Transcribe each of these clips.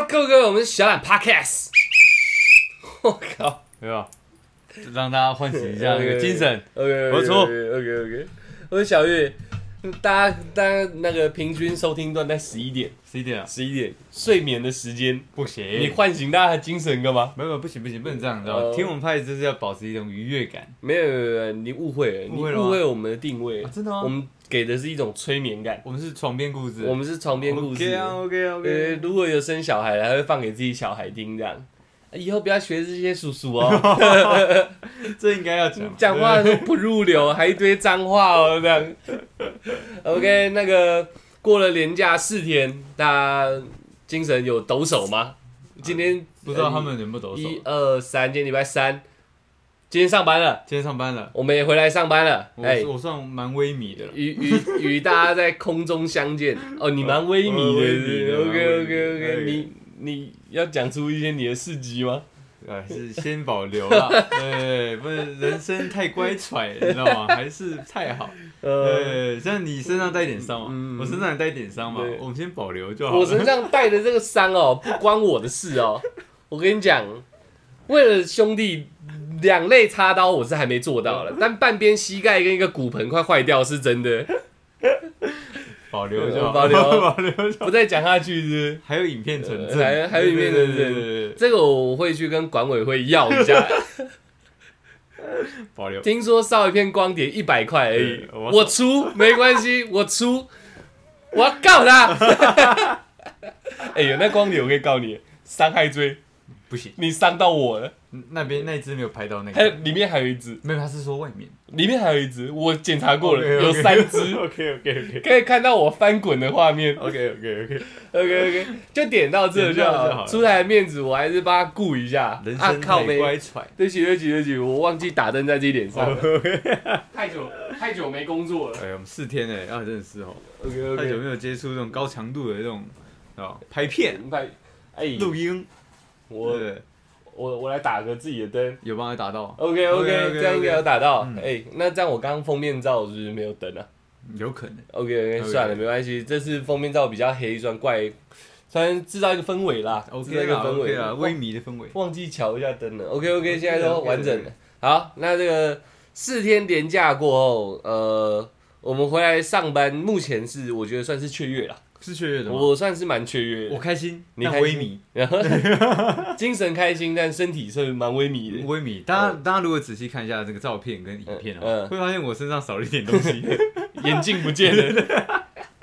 各位，我们是小懒 Podcast。我靠， 对吧？让大家唤醒一下那个精神。 OK， 没错。 OK， 我是小月。大家那个平均收听段在11点 ，11点啊 ，11点睡眠的时间不行， 你唤醒大家的精神干嘛？ 没有，不行，不能这样，你知道吗？听我们派就是要保持一种愉悦感。 没有，你误会了，你误会我们的定位。 真的吗？ 我们给的是一种催眠感。 我们是床边故事。 我们是床边故事。 OK。 如果有生小孩，还会放给自己小孩听这样。以后不要学这些叔叔哦， 这应该要讲。 讲话都不入流，还一堆脏话哦，这样。OK， 那个过了连假4天，大家精神有抖擞吗？今天不知道他们有没有抖擞。 1、2、3，今天礼拜3，今天上班了。我们也回来上班了。 我算蛮微迷的了。 与大家在空中相见。哦，你蛮微迷的。OK， 你要讲出一些你的事迹吗？ 是先保留啦。对，不是人生太乖舛，你知道吗？还是太好。对，像你身上带点伤嘛，我身上也带点伤嘛，我们先保留就好了。 我身上带的这个伤哦，不关我的事哦。我跟你讲，为了兄弟2肋插刀，我是还没做到了，但半边膝盖跟一个骨盆快坏掉是真的。 保留就好， 保留，不再讲下去是。 还有影片存证， 还有影片存证，这个我会去跟管委会要一下。 保留。 听说烧一片光碟100块而已，我出没关系，我出，我要告他。有那光碟我可以告你，伤害罪。 不行， 你伤到我了。 那边那只没有拍到那个， 里面还有一只。 没有，他是说外面， 里面还有一只，我检查过了，有3只。 OK， 可以看到我翻滚的画面。 OK， 就点到这就好。出台的面子我还是帮他顾一下。 人生太乖舛。 对不起，我忘记打灯在这一点上了。太久没工作了。 我们4天哎，真的是哦。 OK， 太久没有接触这种高强度的这种拍片、录音。 我来打个自己的灯， 有帮他打到。 OK， 这样应该有打到。那这样我刚刚封面照是不是没有灯啊？ 有可能。 OK， 算了，没关系。这次封面照比较黑，算制造一个氛围啦。 OK 啦，微迷的氛围。 忘记调一下灯了。OK， 现在都完整了。好，那这个4天连假过后，我们回来上班，目前是我觉得算是雀跃啦。 是雀跃的吗？ 我算是蛮雀跃的。 我开心， 你微迷，精神开心，但身体是蛮微迷的。 微迷，大家如果仔细看一下这个照片跟影片会发现我身上少了一点东西， 眼镜不见了。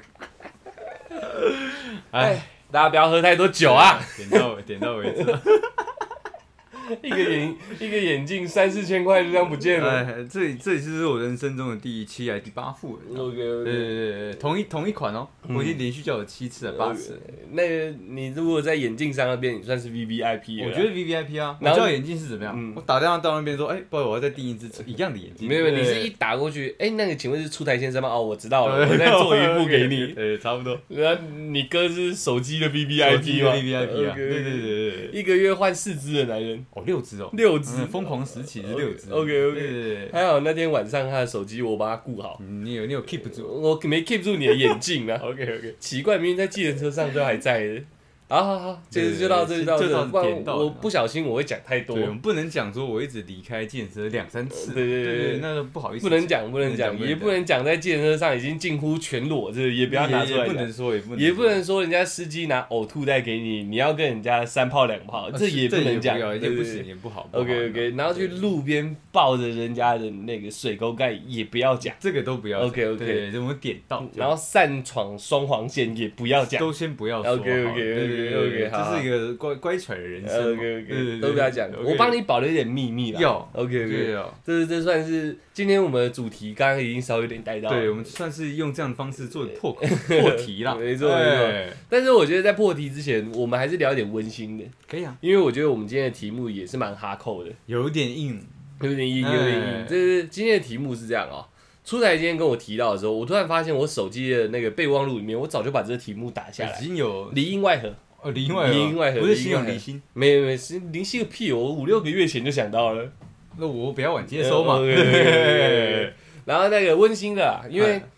大家不要喝太多酒啊！ 点到为止。 一个眼镜3-4千块就这样不见了。 这也是我人生中的第7还是第8副。对，同一款哦，我已经连续叫了7次了，8次。 那个你如果在眼镜商那边，你算是 VVIP 了。 我觉得 VVIP 啊。我叫眼镜是怎么样？我打电话到那边说，不好意思，我要再订一只一样的眼镜。 没有，你是一打过去，那个请问是出台先生吗？哦，我知道了，我再做一副给你。 差不多。 然后你哥是手机的 VVIP 吗 ？VVIP 啊。对。 一个月换4只的男人。 6只哦 ，6只， 疯狂时期是6只。 OK， 还好那天晚上他的手机我把他顾好。 你有 keep 住？ 我没 keep 住你的眼镜啊。 OK， 奇怪，明明在计程车上都还在的。好，接着就到这，不然我不小心我会讲太多。 对，我们不能讲说我一直离开计程车2-3次。 对， 那不好意思。 不能讲，也不能讲在计程车上已经近乎全裸，这也不要拿出来讲。 也不能说人家司机拿呕吐袋给你，你要跟人家3炮2炮，这也不能讲， 也不行，也不好。 OK， 然后去路边抱着人家的那个水沟盖也不要讲， 这个都不要。 OK， 对，我们点到。 然后擅闯双黄线也不要讲， 都先不要说。 OK， 这是一个乖舛的人生。 OK， 都不要讲，我帮你保留一点秘密啦。 要 OK， 这算是今天我们的主题，刚刚已经稍微有点带到。 对，我们算是用这样的方式做破题啦。 没错。但是我觉得在破题之前，我们还是聊一点温馨的。 可以啊， 因为我觉得我们今天的题目也是蛮哈扣的， 有点硬。 这是今天的题目是这样哦。出台今天跟我提到的时候，我突然发现我手机的那个备忘录里面，我早就把这个题目打下来。 已经有里应外合。 里应外合，不是心有离心。 没有，离心个屁！我5-6个月前就想到了。 那我比较晚接收嘛。 然后那个温馨的，因为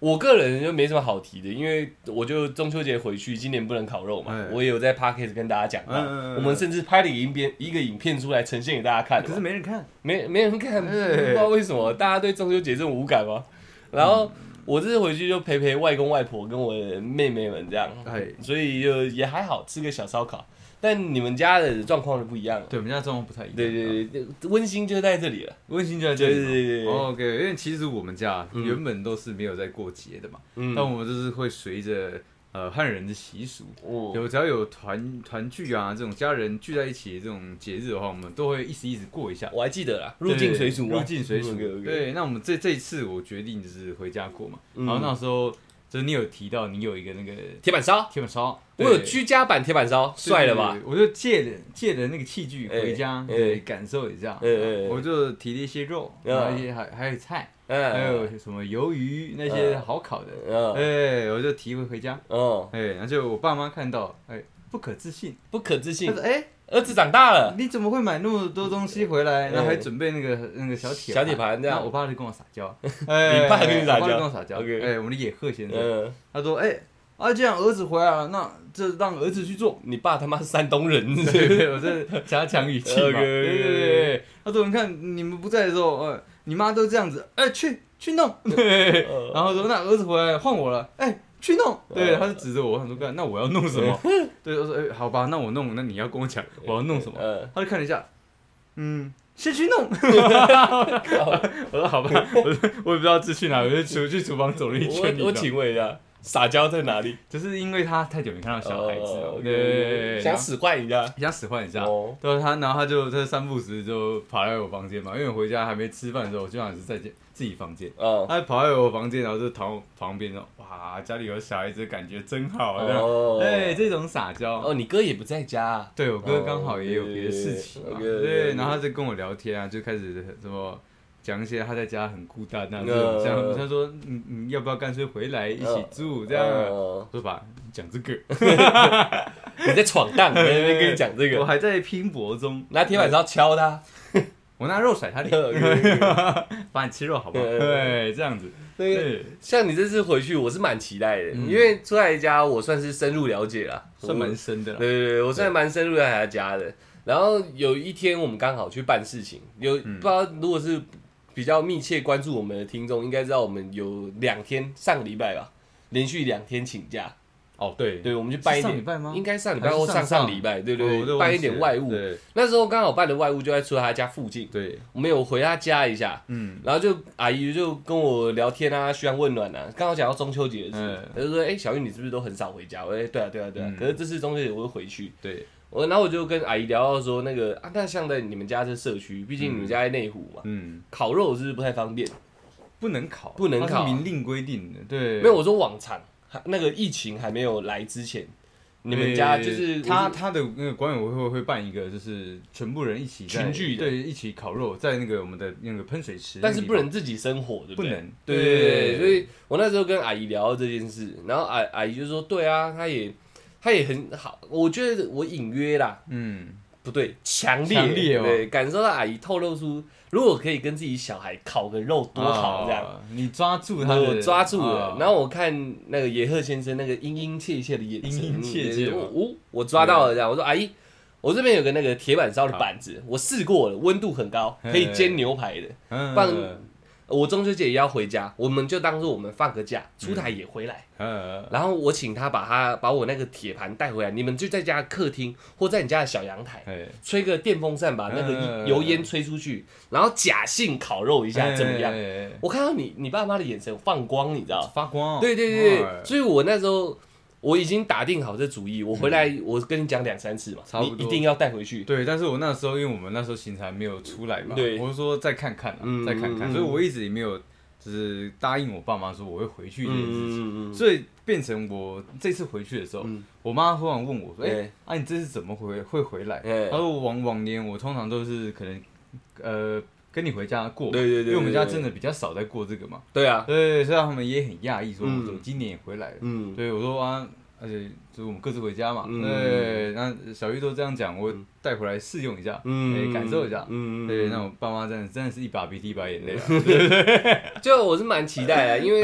我个人就没什么好提的，因为我就中秋节回去，今年不能烤肉嘛，我也有在 Podcast 跟大家讲到，我们甚至拍了一个影片出来呈现给大家看， 可是没人看， 没人看，不知道为什么大家对中秋节这种无感吗？然后我这次回去就陪外公外婆跟我的妹妹们这样，所以就也还好，吃个小烧烤。但你们家的状况就不一样了， 对，我们家状况不太一样。 对，温馨就在这里了， 温馨就在这里。 对。 OK， 因为其实我们家原本都是没有在过节的嘛，但我们就是会随着汉人的习俗，只要有团聚啊这种家人聚在一起的这种节日的话，我们都会一时过一下。 我还记得啦，入境随俗。 对，那我们这一次我决定就是回家过嘛，然后那时候。就是你有提到你有一个那个铁板烧，我有居家版铁板烧，帅了吧？ 我就借了那个器具回家，对，感受一下。我就提了一些肉，然后一些还有菜，还有什么鱿鱼那些好烤的，我就提回家。然后就我爸妈看到，不可置信。他说：“儿子长大了，你怎么会买那么多东西回来？然后还准备那个小铁盘这样。”我爸就跟我撒娇， 你爸跟你撒娇， 跟我撒娇。我们的野鹤先生，他说：“这样儿子回来了，那这让儿子去做。” 你爸他妈是山东人， 对，我这加强语气嘛。对。他说：“你看你们不在的时候，你妈都这样子，去弄。”然后说：“那儿子回来换我了，去弄。”对，他就指着我，他说：“干，那我要弄什么？”对，我说：“好吧，那我弄，那你要跟我讲我要弄什么。”他就看了一下，先去弄。我说：“好吧。”我也不知道字去哪，我就出去厨房走了一圈。 我请问一下，撒娇在哪里？ 就是因为他太久没看到小孩子了，对， 想使唤一下。 对，然后他就三不时就跑来我房间嘛，因为我回家还没吃饭的时候，我基本上是在自己房间。他跑来我房间，然后就躺我旁边说：“哇，家里有小孩子，感觉真好。”这种撒娇。 你哥也不在家。 对，我哥刚好也有别的事情嘛。对，然后他就跟我聊天啊，就开始什么讲一些他在家很孤单啊这种，像他说你要不要干脆回来一起住这样？说吧，讲这个。 你在闯荡，在那边跟你讲这个。 我还在拼搏中， 拿铁板烧敲他。 我拿肉甩他脸，把你吃肉好不好？对，这样子。对， 像你这次回去，我是蛮期待的，因为出来家我算是深入了解啦， 算蛮深的啦。 对，我算蛮深入了他家的。然后有一天我们刚好去办事情，不知道如果是比较密切关注我们的听众，应该知道我们有2天，上个礼拜吧，连续2天请假。 对， 我们去办一点， 上礼拜吗？ 应该上礼拜或上礼拜，对，办一点外务。那时候刚好办的外务就在他家附近，对，我们有回他家一下，然后就阿姨就跟我聊天啊，嘘寒问暖啊，刚好讲到中秋节的事，他就说：“小玉你是不是都很少回家？”我说：“对啊。”可是这次中秋节我会回去，对，然后我就跟阿姨聊到说那个那像在你们家这社区，毕竟你们家在内湖嘛，烤肉是不是不太方便？ 不能烤，明令规定的，对， 没有我说往常。那个疫情还没有来之前，你们家就是他的那个管委会会办一个，就是全部人一起群聚的， 对，一起烤肉，在那个我们的那个喷水池， 但是不能自己生火，对不对？ 不能， 对，所以我那时候跟阿姨聊到这件事，然后阿姨就说：“对啊，他也很好，我觉得我隐约啦，不对，强烈对，感受到阿姨透露出，如果可以跟自己小孩烤个肉多好，这样。 你抓住他，我抓住了。然后我看那个野鹤先生那个殷殷切切的眼神，我抓到了这样。我说阿姨，我这边有个那个铁板烧的板子，我试过了，温度很高，可以煎牛排的。不然我中秋节也要回家，我们就当做我们放个假，出台也回来。然后我请他把我那个铁盘带回来，你们就在家客厅或在你家的小阳台，吹个电风扇把那个油烟吹出去，然后假性烤肉一下怎么样？我看到你爸妈的眼神放光，你知道？ 发光。 对，所以我那时候。我已经打定好这主意，我回来我跟你讲2-3次嘛，你一定要带回去。 对，但是我那时候因为我们那时候行程还没有出来嘛，我是说再看看，再看看，所以我一直也没有就是答应我爸妈说我会回去这件事情，所以变成我这次回去的时候，我妈忽然问我说：“你这次怎么会回来？”她说往年我通常都是可能跟你回家过，对，因为我们家真的比较少在过这个嘛。 对啊， 对，所以他们也很讶异，说我今年也回来了。对，我说而且就是我们各自回家嘛。对，那小玉都这样讲，我带回来试用一下，感受一下。对，那我爸妈真的是一把鼻涕一把眼泪。 就我是蛮期待的，因为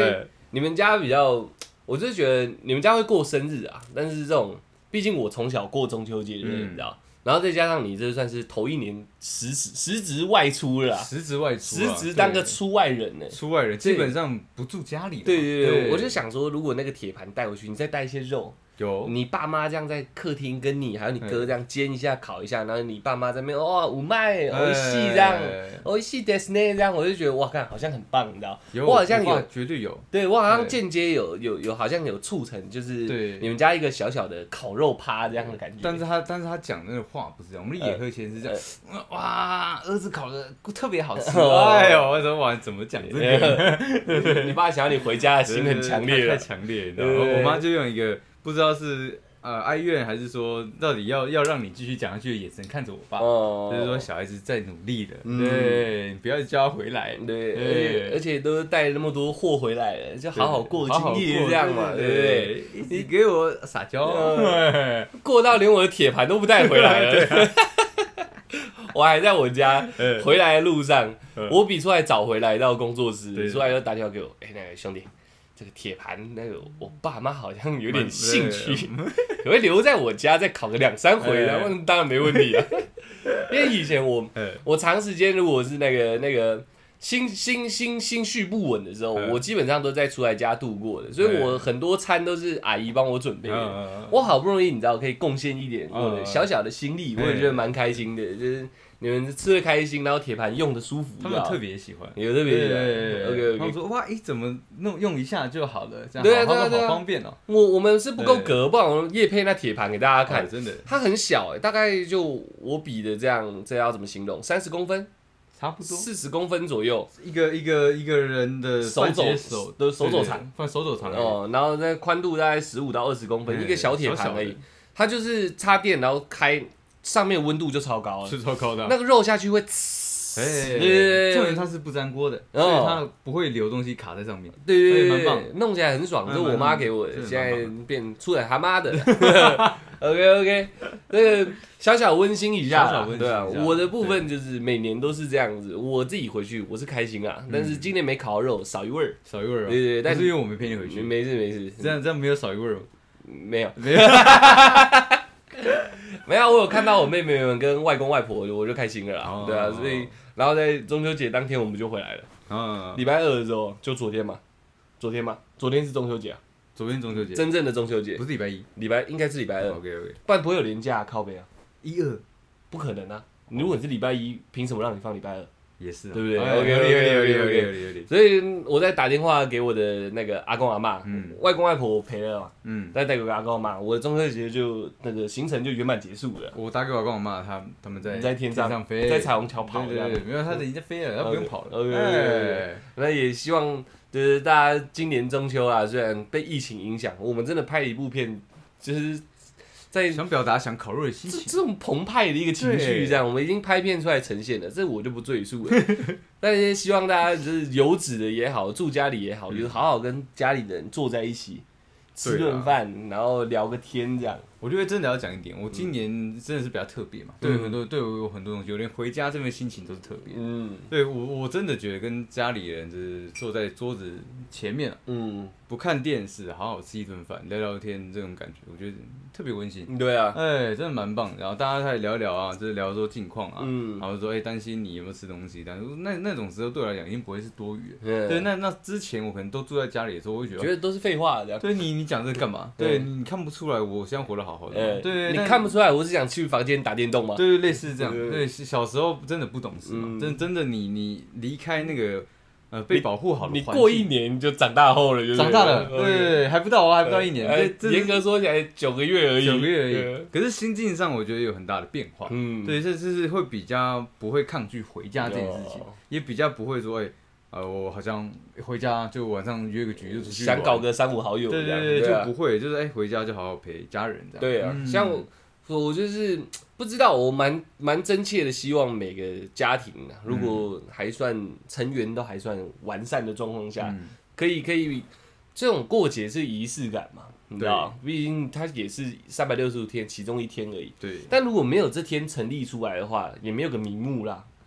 你们家比较，我就是觉得你们家会过生日啊，但是这种，毕竟我从小过中秋节，你知道。然后再加上你这算是头一年实职外出了， 实职外出， 实职当个出外人呢。 出外人基本上不住家里。 对，我就想说，如果那个铁盘带回去，你再带一些肉。你爸妈这样在客厅跟你还有你哥这样煎一下烤一下，然后你爸妈在那边五麦美味しい这样美味しいですね这样，我就觉得哇看好像很棒，你知道？我好像有绝对有， 对我好像间接有好像有促成，就是你们家一个小小的烤肉趴这样的感觉。 但是他讲那个话不是这样，我们的野鹤前是这样，哇儿子烤的特别好吃，哎呦我说哇怎么讲这个？ 你爸想要你回家的心很强烈了， 太强烈，你知道吗？我妈就用一个。不知道是哀怨还是说到底要让你继续讲下去的眼神看着我爸，就是说小孩子在努力的，对，不要叫他回来， 对，而且都带那么多货回来了，就好好过今夜这样嘛，对不对？ 你给我撒娇， 过到连我的铁盘都不带回来了，我还在我家回来的路上，我比出来找回来到工作室，出来就打电话给我，那个兄弟。这个铁盘，那个我爸妈好像有点兴趣，可会留在我家再烤个2-3回，然后当然没问题啊。因为以前我长时间如果是那个心绪不稳的时候，我基本上都在出来家度过的，所以我很多餐都是阿姨帮我准备的。我好不容易你知道可以贡献一点我的小小的心力，我也觉得蛮开心的，就是。你们吃的开心，然后铁盘用的舒服， 他们特别喜欢， 有特别喜欢。OK， 他们说哇，怎么用一下就好了，这样对好方便哦。 我们是不够格，不然我们业配那铁盘给大家看， 真的， 它很小大概就我比的这样，这要怎么形容？30公分， 差不多 40公分左右， 一个人的手肘长， 放手肘长哦，然后那宽度大概15到20公分，一个小铁盘而已，它就是插电然后开。上面温度就超高了， 是超高的， 那个肉下去会， 重点它是不粘锅的，所以它不会留东西卡在上面， 对， 蛮棒， 弄起来很爽，这是我妈给我的，现在变出来他妈的，OK， 那个小小温馨一下，对啊，我的部分就是每年都是这样子，我自己回去我是开心啊，但是今年没烤肉，少一味儿，对， 但是因为我没陪你回去， 没事， 这样没有少一味儿， 没有。没有，我有看到我妹妹们跟外公外婆，我就开心了啦。对啊，所以然后在中秋节当天我们就回来了。礼拜2的时候，就昨天是中秋节啊。 昨天中秋节， 真正的中秋节， 不是礼拜1， 应该是礼拜2。 OK， 不然不会有连假靠北啊。 1、2， 不可能啊！如果你是礼拜1，凭什么让你放礼拜2？ 也是， 对不对 ？OK， 所以我在打电话给我的那个阿公阿嬷，外公外婆我陪了嘛，再带给我阿公阿嬷，我的中秋节就那个行程就圆满结束了。 我打给我阿公阿嬷，他们在天上飞， 在彩虹桥跑， 对，没有，他已经飞了，他不用跑了。 OK， 那也希望就是大家今年中秋啊，虽然被疫情影响，我们真的拍了一部片，就是。 想表达想烤肉的心情， 这种澎湃的一个情绪，这样我们已经拍片出来呈现了，这我就不赘述了。但是希望大家就是有子的也好，住家里也好，就是好好跟家里人坐在一起吃顿饭，然后聊个天这样。 我觉得真的要讲一点，我今年真的是比较特别嘛，对我有很多东西，我连回家这份心情都是特别。对我真的觉得跟家里人就是坐在桌子前面，不看电视，好好吃一顿饭，聊聊天，这种感觉，我觉得特别温馨。 对啊， 真的蛮棒。然后大家开始聊一聊啊，就是聊说近况啊，然后说担心你有没有吃东西，但是那种时候对我来讲已经不会是多余了。对，那之前我可能都住在家里的时候，我会觉得都是废话这样。 对你讲这干嘛？对你看不出来我现在活得好好的。对， 你看不出来我是想去房间打电动吗？ 对，类似这样。对，小时候真的不懂事嘛，真的你离开那个。被保护好的环境， 你过1年就长大后了， 长大了，对，还不到1年， 严格说起来9个月而已 ，9个月而已。可是心境上，我觉得有很大的变化，对，这是会比较不会抗拒回家这件事情，也比较不会说，我好像回家就晚上约个局就出去想搞个3、5好友， 对，就不会，就是回家就好好陪家人这样。 对啊，像我就是不知道，我蛮真切的希望每个家庭啊，如果还算成员都还算完善的状况下，可以这种过节是仪式感嘛，你知道？毕竟它也是365天其中1天而已。 对。 但如果没有这天成立出来的话，也没有个名目啦。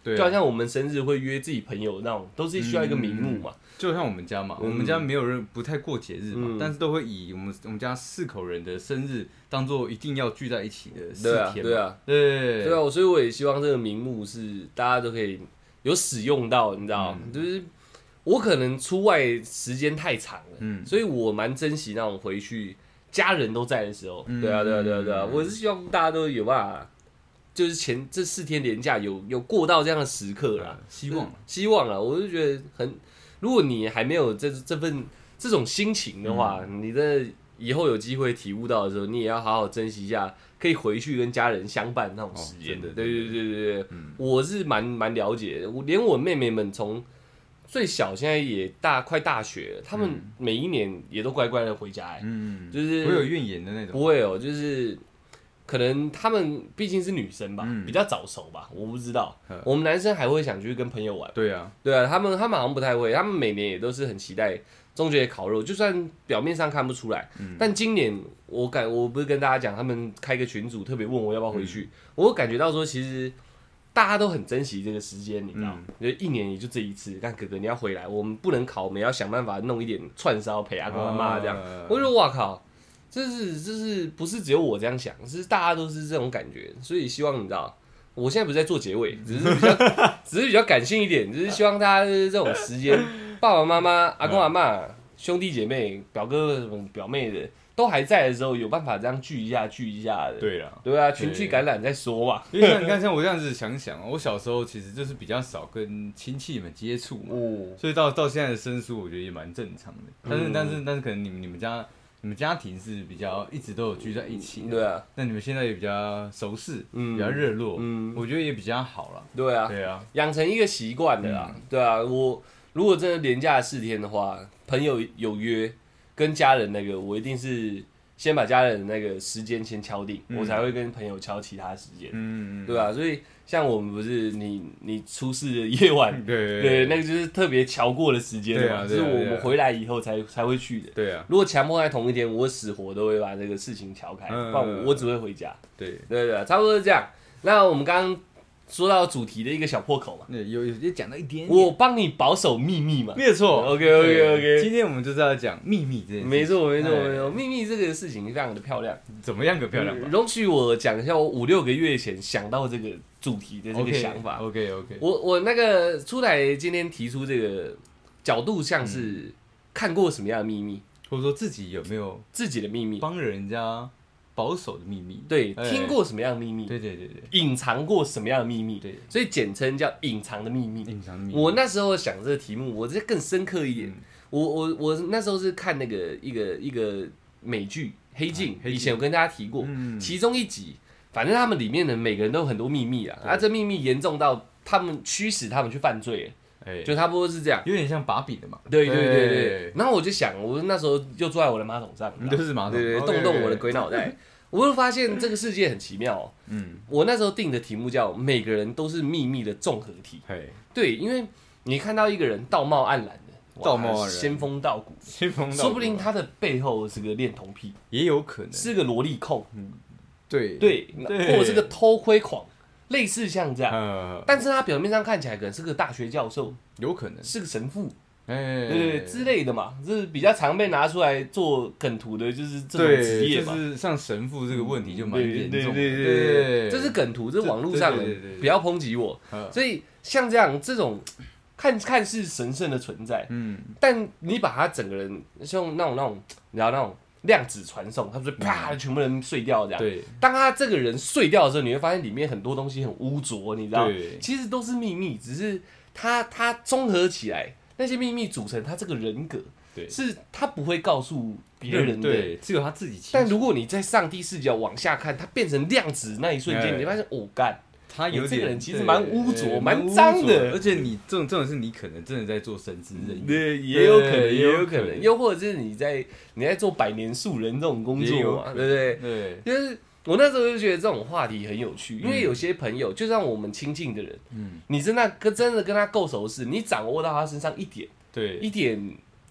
对啊， 就好像我们生日会约自己朋友那种，都是需要一个名目嘛。 就像我们家嘛，我们家没有人不太过节日嘛，但是都会以我们家4口人的生日当做一定要聚在一起的4天嘛。对啊， 所以我也希望这个名目是大家都可以有使用到，你知道，就是我可能出外时间太长了，所以我蛮珍惜那种回去家人都在的时候。对啊，我是希望大家都有办法。就是这4天连假有过到这样的时刻啦，希望啦，我就觉得如果你还没有这种心情的话，你真的以后有机会体悟到的时候，你也要好好珍惜一下，可以回去跟家人相伴那种时间的。对，我是蛮了解的，连我妹妹们从最小现在也快大学了，他们每一年也都乖乖的回家，就是不会有怨言的那种， 不会哦，就是。可能他们毕竟是女生吧，比较早熟吧，我不知道。我们男生还会想去跟朋友玩。 对啊， 他们好像不太会，他们每年也都是很期待中秋节烤肉，就算表面上看不出来，但今年我不是跟大家讲，他们开个群组特别问我要不要回去，我感觉到说其实大家都很珍惜这个时间，你知道，就一年也就这一次，看哥哥你要回来，我们不能烤，我们要想办法弄一点串烧陪阿公阿妈这样。我就说哇靠。这是不是只有我这样想？是大家都是这种感觉，所以希望你知道，我现在不是在做结尾，只是比较感性一点，只是希望大家这种时间，爸爸妈妈、阿公阿嬷、兄弟姐妹、表哥什么表妹的都还在的时候，有办法这样聚一下的。 对啦， 对啊，群聚感染再说嘛。 因为你看，像我这样子想，我小时候其实就是比较少跟亲戚们接触嘛，所以到现在的生疏，我觉得也蛮正常的。但是可能你们家庭是比较一直都有聚在一起， 对啊。 那你们现在也比较熟识，比较热络，我觉得也比较好了。 对啊，养成一个习惯的啦。对啊，我如果真的连假4天的话，朋友有约，跟家人那个，我一定是先把家人那个时间先敲定，我才会跟朋友敲其他时间。对啊，所以像我们不是你出事的夜晚，对，那个就是特别敲过的时间嘛，就是我们回来以后才会去的。 对啊， 如果强迫在同一天，我死活都会把这个事情敲开，不然我只会回家。对，差不多是这样。那我们刚刚说到主题的一个小破口嘛， 有讲到一点， 我帮你保守秘密嘛， 没有错。 OK。 今天我们就是要讲秘密这件事。 没错，秘密这个事情非常的漂亮。 怎么样个漂亮法？ 容许我讲一下我5-6个月前想到这个主题的这个想法。 OK。 我那个出来今天提出这个角度，像是看过什么样的秘密， 或者说自己有没有自己的秘密， 帮人家保守的秘密， 对，听过什么样的秘密， 对， 隐藏过什么样的秘密，对，所以简称叫隐藏的秘密。我那时候想这个题目，我这更深刻一点。我那时候是看那个一个美剧《黑镜》，以前有跟大家提过，其中一集，反正他们里面的每个人都有很多秘密啊，这秘密严重到他们驱使他们去犯罪。就差不多是这样， 有点像把柄的嘛。 对。然后我就想，我那时候就坐在我的马桶上， 就是马桶， 对，动我的鬼脑袋。我就发现这个世界很奇妙。我那时候定的题目叫"每个人都是秘密的综合体"。对，因为你看到一个人道貌岸然的，仙风道骨，说不定他的背后是个恋童癖， 也有可能是个萝莉控， 对， 或者是个偷窥狂。类似像这样，但是他表面上看起来可能是个大学教授， 有可能是个神父，对之类的嘛，就是比较常被拿出来做梗图的，就是这种职业嘛。 就是像神父这个问题就蛮严重的， 对，这是梗图，这是网络上的，不要抨击我。所以像这种看似神圣的存在，但你把他整个人像那种，你知道那种。量子传送，他不是啪，全部人碎掉这样。对，当他这个人碎掉的时候，你会发现里面很多东西很污浊，你知道？其实都是秘密，只是他综合起来，那些秘密组成他这个人格。对，是他不会告诉别人的， 对，只有他自己清楚。 但如果你在上帝视角往下看，他变成量子那一瞬间，你会发现，干。 他有这个人其实蛮污浊、蛮脏的， 而且你这种是你可能真的在做神职人员， 对，也有可能，又或者是你在做百年树人这种工作嘛，对不对？对，就是我那时候就觉得这种话题很有趣，因为有些朋友，就像我们亲近的人，你真的跟他够熟识，你掌握到他身上一点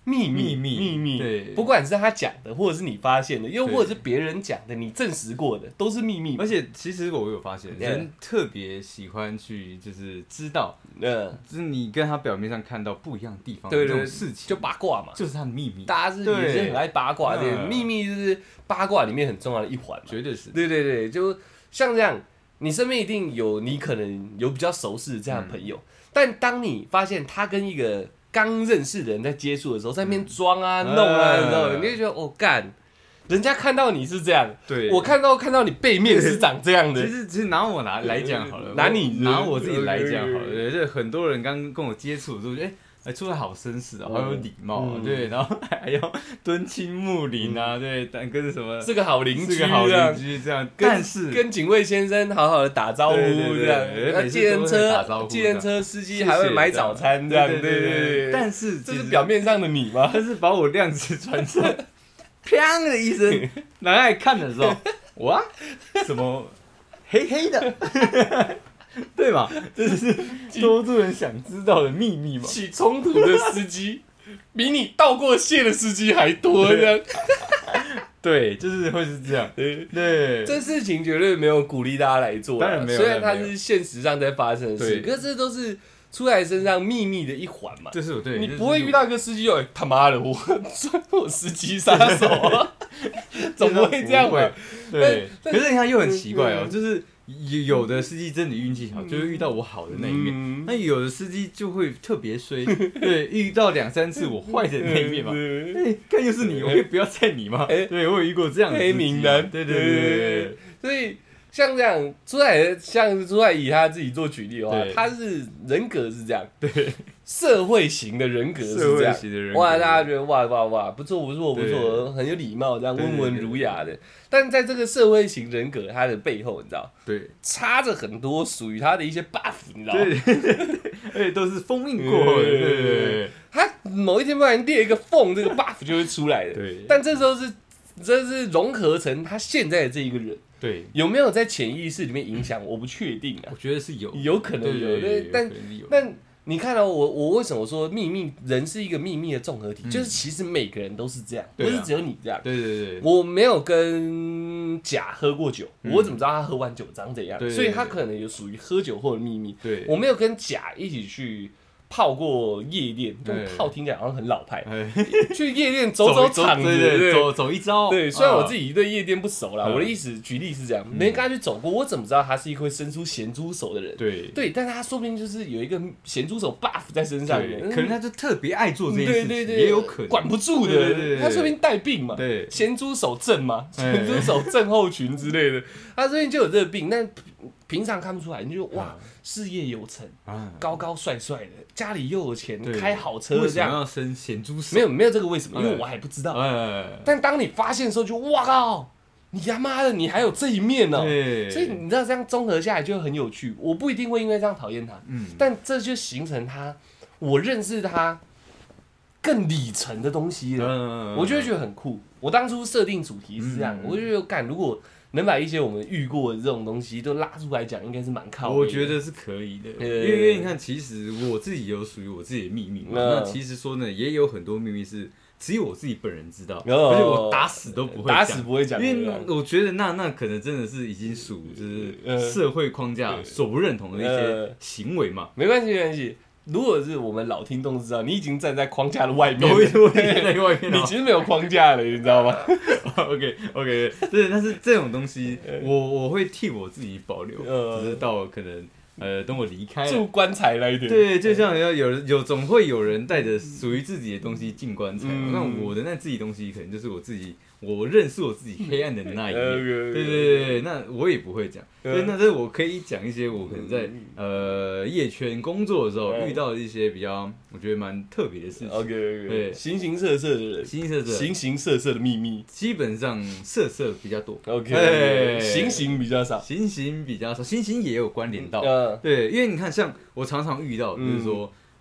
秘密， 对， 不管是他讲的，或者是你发现的，又或者是别人讲的，你证实过的，都是秘密。 而且其实我有发现，人特别喜欢去就是知道，就是你跟他表面上看到不一样的地方，这种事情就八卦嘛， 就是他的秘密。 大家也是很爱八卦的，秘密就是八卦里面很重要的一环， 绝对是。 对，就像这样，你身边一定有你可能有比较熟识的这样的朋友，但当你发现他跟一个刚认识的人在接触的时候，在那边装啊、弄啊的时候，你就觉得哦干，人家看到你是这样， 对， 我看到你背面是长这样的。 其实拿我来讲好了，拿我自己来讲好了，对，很多人刚跟我接触的时候，觉得出来好绅士啊，好有礼貌，对，然后还要敦亲睦邻啊，对，跟什么是个好邻居， 这样，但是跟警卫先生好好的打招呼这样，计程车司机还会买早餐这样，对， 但是这是表面上的你吗？ 但是把我亮子传上，砰的一声，拿来看的时候，哇，什么黑黑的？对嘛，这是多数人想知道的秘密嘛。 起冲突的司机比你倒过蟹的司机还多，这样。 对，就是会是这样。对， 这事情绝对没有鼓励大家来做， 当然没有。 虽然它是现实上在发生的事，可是这都是出来身上秘密的一环嘛。 这是对， 你不会遇到一个司机他妈的，我司机杀手啊，怎么会这样？ 对，可是你看又很奇怪哦，就是有的司机真的运气好，就会遇到我好的那一面；那有的司机就会特别衰，对，遇到2-3次我坏的那一面嘛。看又是你，我可以不要载你吗？对，我有遇过这样的黑名单。对，所以像这样朱海以他自己做举例的话，他是人格是这样， 对， 社会型的人格是这样，哇，大家觉得哇，不错，很有礼貌，这样温文儒雅的。但在这个社会型人格他的背后，你知道， 对， 插着很多属于他的一些 buff， 你知道吗？ 对，而且都是封印过的，对， 他某一天不然裂一个缝，这个 buff 就会出来的。对，但这时候这是融合成他现在的这一个人。 对， 有没有在潜意识里面影响？我不确定啊。 我觉得是有可能有，但你看到我为什么说秘密人是一个秘密的综合体？就是其实每个人都是这样，不是只有你这样。 对， 我没有跟甲喝过酒，我怎么知道他喝完酒长怎样？所以他可能有属于喝酒后的秘密。对，我没有跟甲一起去泡过夜店，泡听起来好像很老派。去夜店走场子， 走一遭。 对，虽然我自己对夜店不熟啦，我的意思举例是这样，没跟他去走过，我怎么知道他是一个会伸出咸猪手的人？对，但是他说不定就是有一个咸猪手 buff 在身上， 可能他就特别爱做这件事情，也有可能管不住的，他说不定带病嘛，咸猪手症嘛，咸猪手症候群之类的，他最近就有这个病，但平常看不出来，你就哇，事业有成，高高帅帅的，家里又有钱，开好车，这样。为什么要生咸猪手？ 没有这个为什么，因为我还不知道。但当你发现的时候，就哇靠，你他妈的，你还有这一面哦！所以你知道这样综合下来就很有趣。我不一定会因为这样讨厌他，但这就形成我认识他更里程的东西了。我就会觉得很酷。我当初设定主题是这样，我就觉得干如果能把一些我们遇过的这种东西都拉出来讲，应该是蛮靠谱的。 我觉得是可以的，因为你看，其实我自己有属于我自己的秘密嘛。那其实说呢，也有很多秘密是只有我自己本人知道，而且我打死都不会讲，因为我觉得那可能真的是已经属就是社会框架所不认同的一些行为嘛。 没关系。如果是我们老听众知道，你已经站在框架的外面，你其实没有框架了，你知道吗 ？OK， 对，但是这种东西，我会替我自己保留，只是到可能等我离开了， 住棺材那一点。 对，就像总会有人带着属于自己的东西进棺材，那我的那自己东西可能就是我认识我自己黑暗的那一面，对，那我也不会讲，对，那我可以讲一些我可能在夜圈工作的时候遇到的一些比较我觉得蛮特别的事情。 OK， 对，形形色色的人，形形色色的秘密， 基本上色比较多。 OK， 形比较少， 形也有关联到，对，因为你看，像我常常遇到就是说。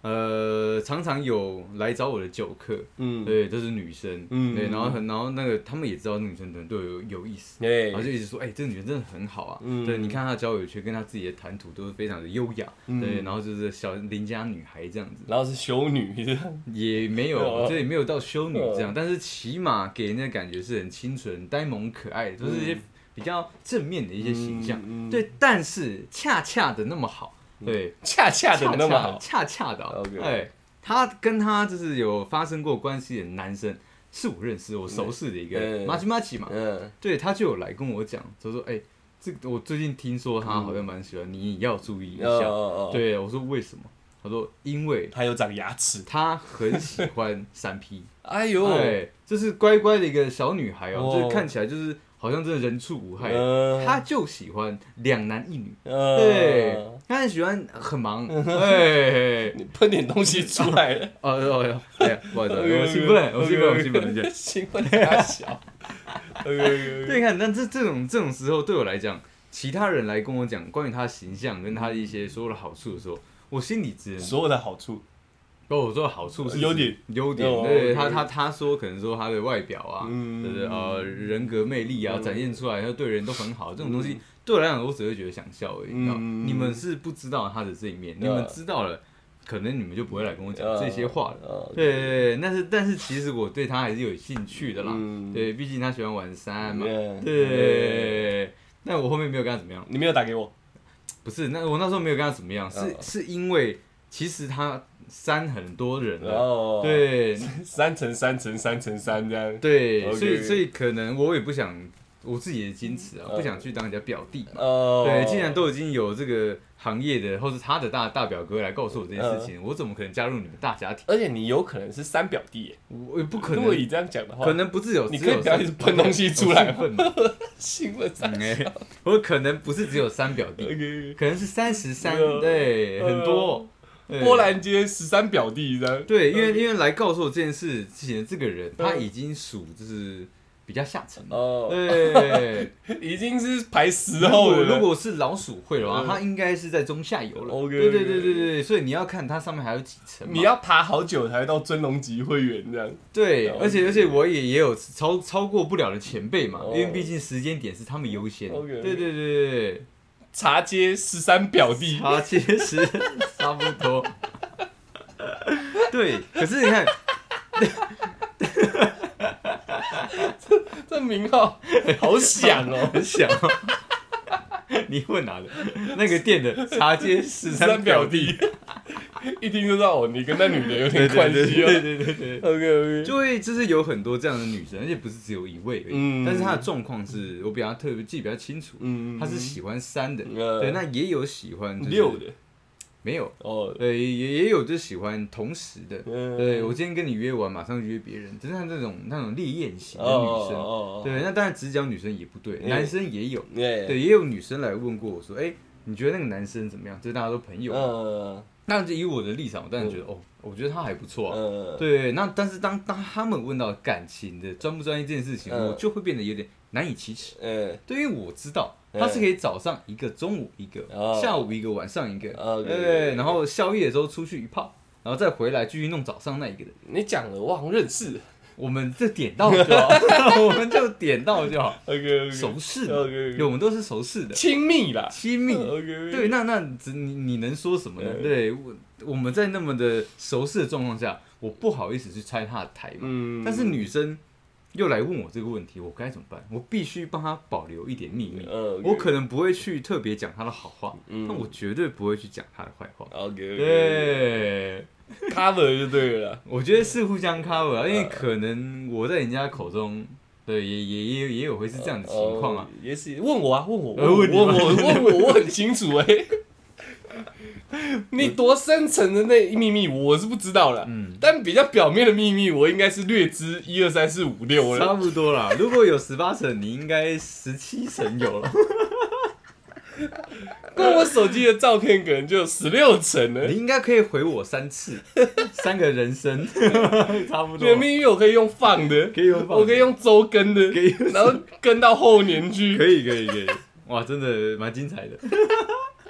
常常有来找我的酒客， 嗯， 对，都是女生， 嗯对，然后那个他们也知道那女生可能对我有意思， 对然后就一直说，这个女生真的很好啊，对，你看她的交友圈跟她自己的谈吐都是非常的优雅，对，然后就是小邻家女孩这样子， 然后是修女， 也没有，这也没有到修女这样，但是起码给人的感觉是很清纯、呆萌、可爱，都是一些比较正面的一些形象，对，但是恰恰的那么好。对， 恰恰的那么好， 恰恰的、哦， okay. 他跟他就是有发生过关系的男生，是我认识、我熟识的一个马吉嘛，对，他就有来跟我讲，他说，这个我最近听说他好像蛮喜欢你，要注意一下。对，我说为什么？他说因为他有长牙齿， 他很喜欢3P。 哎呦， 就是乖乖的一个小女孩哦，就是看起来就是好像真的人畜无害，他就喜欢2男1女，对，他很喜欢很忙， 你喷点东西出来了， 不好意思，我兴奋， 兴奋太小， 对，看，但这种时候对我来讲，其他人来跟我讲关于他的形象跟他的一些所有的好处的时候，我心里只能所有的好处。 我说的好处是优点， 对，他说可能说他的外表啊，就是人格魅力啊，展现出来，他对人都很好，这种东西对我来讲，我只会觉得想笑而已。你们是不知道他的这一面，你们知道了，可能你们就不会来跟我讲这些话了。对，但是其实我对他还是有兴趣的啦。对，毕竟他喜欢玩3嘛。对，那我后面没有跟他怎么样？ 你没有打给我？ 不是，我那时候没有跟他怎么样，是因为其实他删很多人了，对，3×3×3×3这样， 对，所以可能我也不想我自己的矜持啊，不想去当人家表弟嘛，对，既然都已经有这个行业的或是他的大表哥来告诉我这件事情，我怎么可能加入你们大家庭？ 而且你有可能是3表弟耶， 我也不可能。 如果你这样讲的话， 可能不是有， 你可以不要一直喷东西出来， 兴奋我可能不是只有3表弟，可能是33，对，很多。 波兰街13表弟这样， 对，因为来告诉我这件事情的这个人，他已经属就是比较下层对， 已经是排10后了。 如果是老鼠会的话，他应该是在中下游了。对，所以你要看它上面还有几层， 你要爬好久才到尊龙级会员这样。 对，而且我也有超过不了的前辈嘛，因为毕竟时间点是他们优先。对。 茶街13表弟， 茶街10差不多。对，可是你看， 这名号好响哦， 很响哦。你问哪的？那个店的茶街13表弟， 一听就知道你跟那女的有点关系哦。 对。OK， 就会就是有很多这样的女生，而且不是只有一位而已。但是她的状况是我比较特别记得比较清楚。她是喜欢3的，对，那也有喜欢 6的。 没有哦，对，也有就喜欢同时的，对，我今天跟你约完，马上约别人，就是那种烈焰型的女生，对，那当然只讲女生也不对，男生也有，对，也有女生来问过我说，你觉得那个男生怎么样？就是大家都朋友，那就以我的立场，我当然觉得我觉得他还不错啊，对，那但是当他们问到感情的专不专一这件事情，我就会变得有点难以启齿，对，因为我知道。他是可以早上一个，中午一个，下午一个，晚上一个，对，然后宵夜的时候出去一炮，然后再回来继续弄早上那一个的。 你讲了，我好像认识。 我们就点到就好，我们就点到就好。熟识的，我们都是熟识的， 亲密啦， 亲密。对，那你能说什么呢？对，我们在那么的熟识的状况下，我不好意思去拆他的台嘛。但是女生。又来问我这个问题，我该怎么办？我必须帮他保留一点秘密。我可能不会去特别讲他的好话，但我绝对不会去讲他的坏话。对 ，cover 就对了。 我觉得是互相 cover，因为可能我在人家口中，对，也有会是这样的情况啊。 也是问我，我很清楚你多深层的那秘密我是不知道啦，但比较表面的秘密我应该是略知1、2、3、4、5、6了， 差不多啦。如果有18层，你应该17层有了。 跟我手机的照片可能就有16层了。 你应该可以回我3次，3个人生，差不多。 你的秘密我可以用放的， 可以用放， 我可以用周更的，然后跟到后年去。 可以，哇，真的蛮精彩的。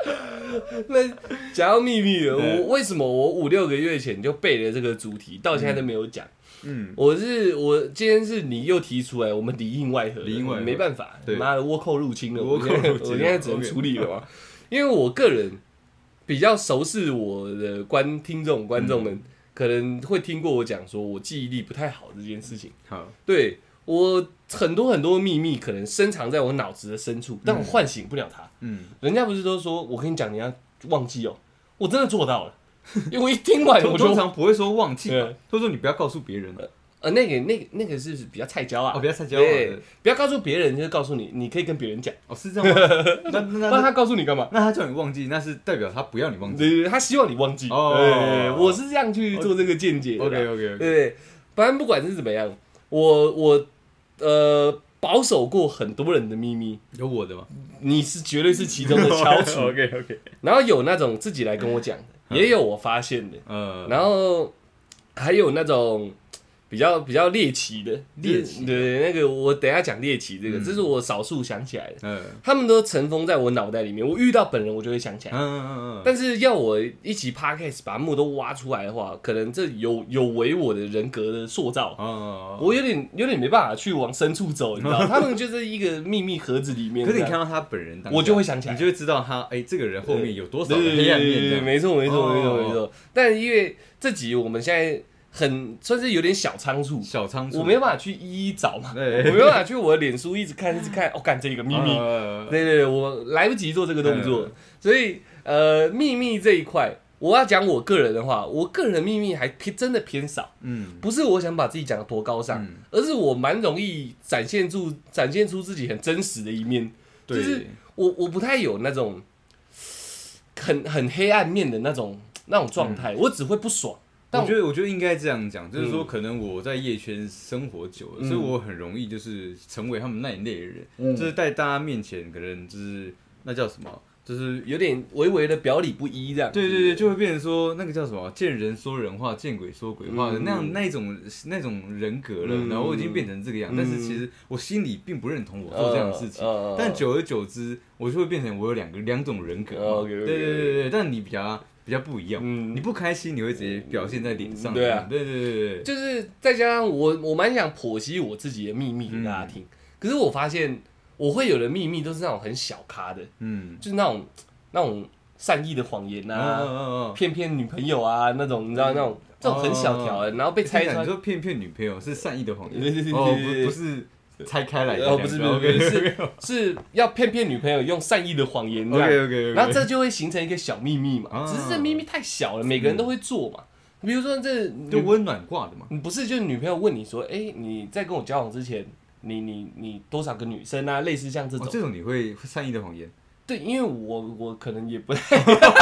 那讲到秘密了，我为什么我5、6个月前就背了这个主题，到现在都没有讲？我今天是你又提出来，我们里应外合，没办法，妈的倭寇入侵了，我现在只能处理了嘛。因为我个人比较熟识我的听众观众们，可能会听过我讲说我记忆力不太好这件事情。对我很多秘密可能深藏在我脑子的深处，但我唤醒不了它。人家不是都说我跟你讲你要忘记哦，我真的做到了。因为我一听完我就通常不会说忘记嘛，都说你不要告诉别人。 那个是比较菜椒啊， 比较菜椒。 对，不要告诉别人，就是告诉你，你可以跟别人讲。 是这样吗？ 那他告诉你干嘛？ 那他叫你忘记，那是代表他不要你忘记。 对，他希望你忘记。我是这样去做这个见解的。 OK。 对，反正不管是怎么样，我保守过很多人的秘密。 有我的吗？ 你是绝对是其中的翘楚。 OK。然后有那种自己来跟我讲的，也有我发现的。然后还有那种比较猎奇的，对，那个我等一下讲猎奇这个，这是我少数想起来的。他们都尘封在我脑袋里面，我遇到本人我就会想起来。但是要我一起 podcast 把他们都挖出来的话，可能这有违我的人格的塑造。我有点没办法去往深处走，你知道，他们就是一个秘密盒子里面。 可是你看到他本人， 我就会想起来， 你就会知道他这个人后面有多少的黑暗面。 没错。但因为这集我们现在算是有点小仓促，我没办法去一一找嘛，我没办法去我的脸书一直看，干这个秘密，对，我来不及做这个动作，所以秘密这一块，我要讲我个人的话，我个人的秘密还真的偏少，不是我想把自己讲得多高尚，而是我蛮容易展现出自己很真实的一面，就是我不太有那种很黑暗面的那种状态，我只会不爽。 我觉得应该这样讲，就是说，可能我在业圈生活久了，所以我很容易就是成为他们那一类的人，就是在大家面前，可能就是那叫什么，就是有点微微的表里不一这样。 对，就会变成说那个叫什么，见人说人话，见鬼说鬼话的那种人格了。然后我已经变成这个样，但是其实我心里并不认同我做这样的事情。但久而久之，我就会变成我有两种人格。对，但你比较不一样，你不开心你会直接表现在脸上。对， 就是再加上我蛮想剖析我自己的秘密给大家听，可是我发现我会有的秘密都是那种很小咖的，就是那种善意的谎言啊，骗女朋友啊那种，你知道那种这种很小条的，然后被拆穿。 你说骗女朋友是善意的谎言， 对， 不是。拆开来的， 不是要骗女朋友用善意的谎言 ，OK， 然后这就会形成一个小秘密嘛。只是这秘密太小了，每个人都会做嘛。比如说这就温暖挂的嘛， 不是就是女朋友问你说，你在跟我交往之前，你多少个女生啊？类似像这种， 这种你会善意的谎言？ 对，因为我可能也不太，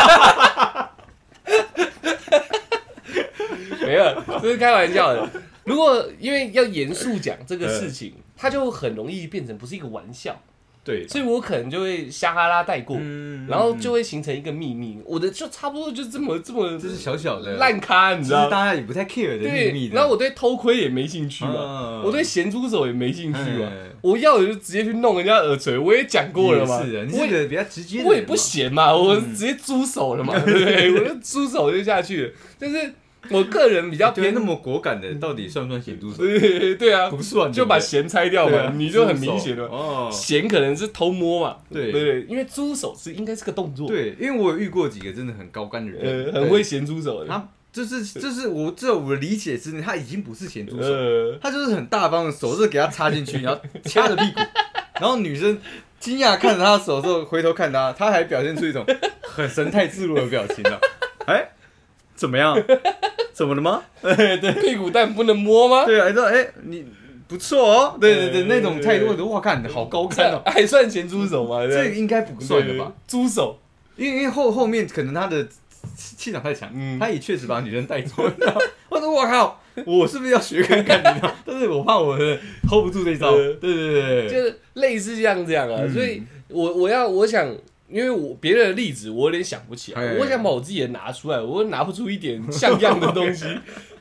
没有，这是开玩笑的。如果因为要严肃讲这个事情，它就很容易变成不是一个玩笑， 对， 所以我可能就会瞎哈拉带过，然后就会形成一一个秘密。我的就差不多就这么， 这是小小的烂咖，你知道， 大家也不太 care 的秘密。 然后我对偷窥也没兴趣嘛，我对咸猪手也没兴趣嘛。我要的就直接去弄人家耳垂，我也讲过了嘛。 是啊，你是个比较直接的人嘛， 我也不闲嘛，我直接猪手了嘛，对不对？我就猪手就下去了，但是。我个人比较偏那么果敢的，到底算不算咸猪手？ 对啊， 不算， 就把咸拆掉嘛，你就很明显了。咸可能是偷摸嘛，对，因为猪手应该是个动作。 对，因为我有遇过几个真的很高干的人， 很会咸猪手的。 他就是我在我的理解之内，他已经不是咸猪手，他就是很大方的手是给他插进去，然后掐着屁股，然后女生惊讶看着他的手之后回头看他，他还表现出一种很神态自如的表情啊，怎么样？怎么了吗？ 对，屁股蛋不能摸吗？ 对啊，说你不错哦，对，那种态度，哇，看好高干哦， 还算咸猪手吗？ 这个应该不算的吧？ 猪手， 因为后面可能他的气场太强，他也确实把女人带走。我说我靠，我是不是要学看看？你知道？但是我怕我 hold 不住这一招。对， 就是类似像这样啊，所以我想。因为别人的例子我有点想不起来，我想把我自己的拿出来，我拿不出一点像样的东西。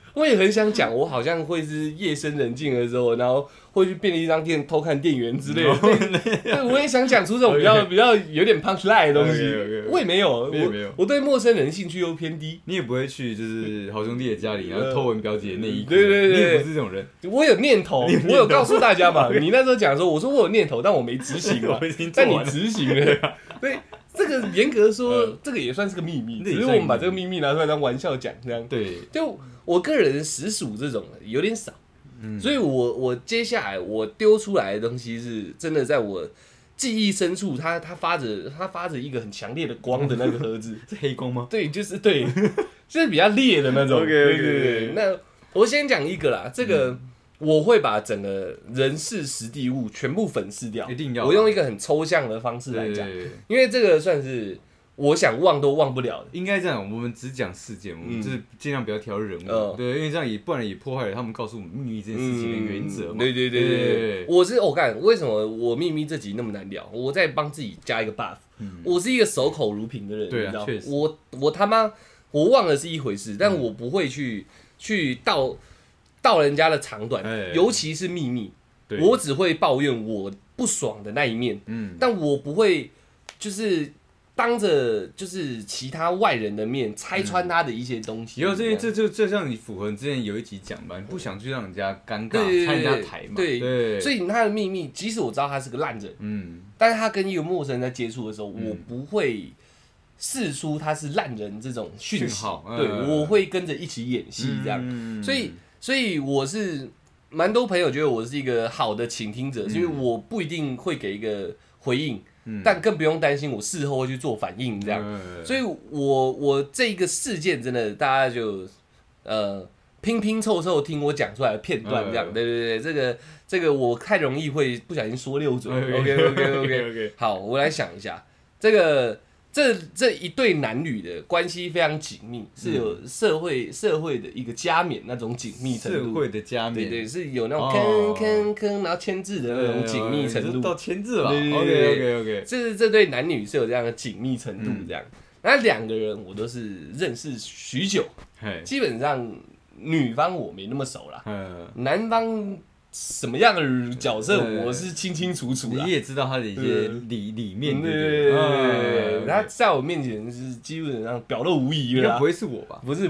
我也很想讲，我好像会是夜深人静的时候，然后会去便利商店偷看店员之类的。对，我也想讲出这种比较有点 punch line 的东西。我也没有，我对陌生人兴趣又偏低。 你也不会去就是好兄弟的家里，然后偷闻表姐的内衣裤。 对， 你也不是这种人。 我有念头，我有告诉大家嘛。你那时候讲说，我说我有念头，但我没执行嘛。但你执行了，对。这个严格说，这个也算是个秘密，只是我们把这个秘密拿出来当玩笑讲，这样。 对， 就我个人实属这种有点少，所以我接下来我丢出来的东西是真的在我记忆深处，它发着一个很强烈的光的那个盒子， 是黑光吗？ 对，就是比较烈的那种。对。那我先讲一个啦，这个。我会把整个人事实地物全部粉饰掉， 一定要。 我用一个很抽象的方式来讲，因为这个算是我想忘都忘不了的。 应该这样，我们只讲事件，我们就是尽量不要挑人物，对，因为这样不然也破坏了他们告诉我们秘密这件事情的原则嘛。 对。我干，为什么我秘密这集那么难聊？我在帮自己加一个 buff。我是一个守口如瓶的人， 对啊， 你知道， 确实。 我他妈我忘了是一回事，但我不会去道人家的长短，尤其是秘密，我只会抱怨我不爽的那一面，但我不会就是当着就是其他外人的面拆穿他的一些东西。 以后这像你符合你之前有一集讲吧，你不想去让人家尴尬，拆人家台嘛， 对，所以他的秘密，即使我知道他是个烂人，但是他跟一个陌生人在接触的时候，我不会释出他是烂人这种讯号，对，我会跟着一起演戏这样，所以我是蛮多朋友觉得我是一个好的倾听者，是因为我不一定会给一个回应，但更不用担心我事后会去做反应这样。所以我这个事件真的大家就拼拼凑凑听我讲出来的片段这样，对，这个我太容易会不小心说溜嘴。OK， 好，我来想一下这个。这一对男女的关系非常紧密，是有社会的一个加冕那种紧密程度。 社会的加冕， 对，是有那种坑，然后签字的那种紧密程度。 到签字了。OK。 这对男女是有这样的紧密程度，这样。那两个人我都是认识许久，基本上女方我没那么熟啦，男方。什么样的角色我是清清楚楚的， 你也知道他的一些理念， 对，他在我面前是基本上表露无遗了。 应该不会是我吧？ 不是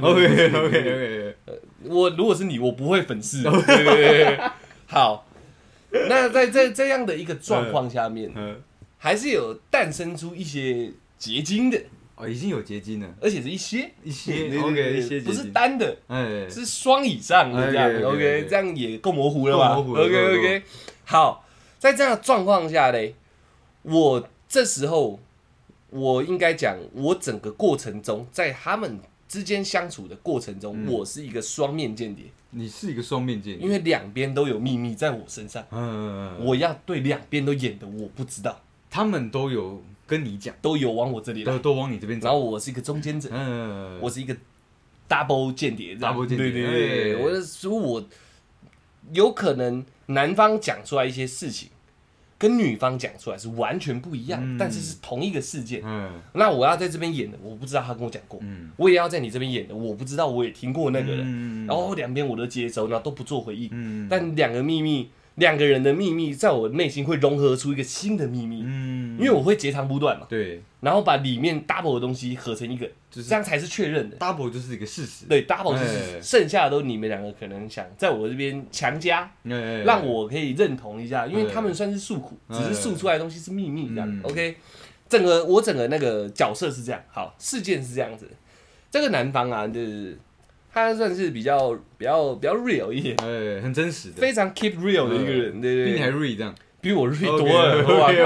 ，OK。 我如果是你，我不会粉饰。对。好，那在这样的一个状况下面，还是有诞生出一些结晶的。 已经有结晶了， 而且是一些 ，OK， 一些不是单的，是双以上的这样 ，OK， 这样也够模糊了吧 ？OK， 好，在这样的状况下嘞，我这时候我应该讲，我整个过程中，在他们之间相处的过程中，我是一个双面间谍。 你是一个双面间谍， 因为两边都有秘密在我身上，我要对两边都演的我不知道， 他们都有。跟你讲， 都有往我这里来， 都往你这边走。 然后我是一个中间者，我是一个 double 间谍 ，double 间谍。 对，我有可能男方讲出来一些事情，跟女方讲出来是完全不一样，但是是同一个事件。那我要在这边演的，我不知道他跟我讲过，我也要在你这边演的，我不知道我也听过那个人，然后两边我都接收，然后都不做回应，但两个人的秘密，在我内心会融合出一个新的秘密，因为我会截长补短嘛， 对， 然后把里面 double 的东西合成一个，就是这样才是确认的。 double 就是一个事实， 对 ，double 是事实，剩下的都你们两个可能想在我这边强加，让我可以认同一下，因为他们算是诉苦，只是诉出来的东西是秘密这样。OK， 我整个那个角色是这样，好，事件是这样子，这个男方啊，就是。他算是比较 real 一点， 很真实的， 非常 keep real 的一个人，对， 比你还 real 这样， 比我 real 多了。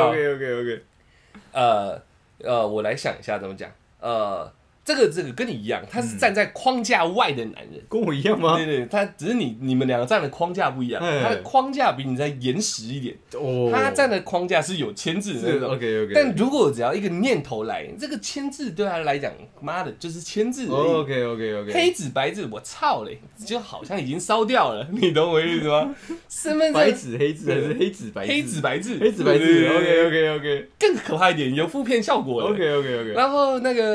OK， 我来想一下怎么讲，这个跟你一样，他是站在框架外的男人， 跟我一样吗？ 对，他只是你们两个站的框架不一样，他的框架比你再严实一点，他站的框架是有签字的那种。 OK， 但如果只要一个念头来，这个签字对他来讲，妈的，就是签字而已。 OK， 黑纸白字，我操嘞，就好像已经烧掉了，你懂我意思吗？身份证白纸黑字还是黑纸白字？ 黑纸白字。 OK， 更可怕一点，有负片效果了。 OK， 然后那个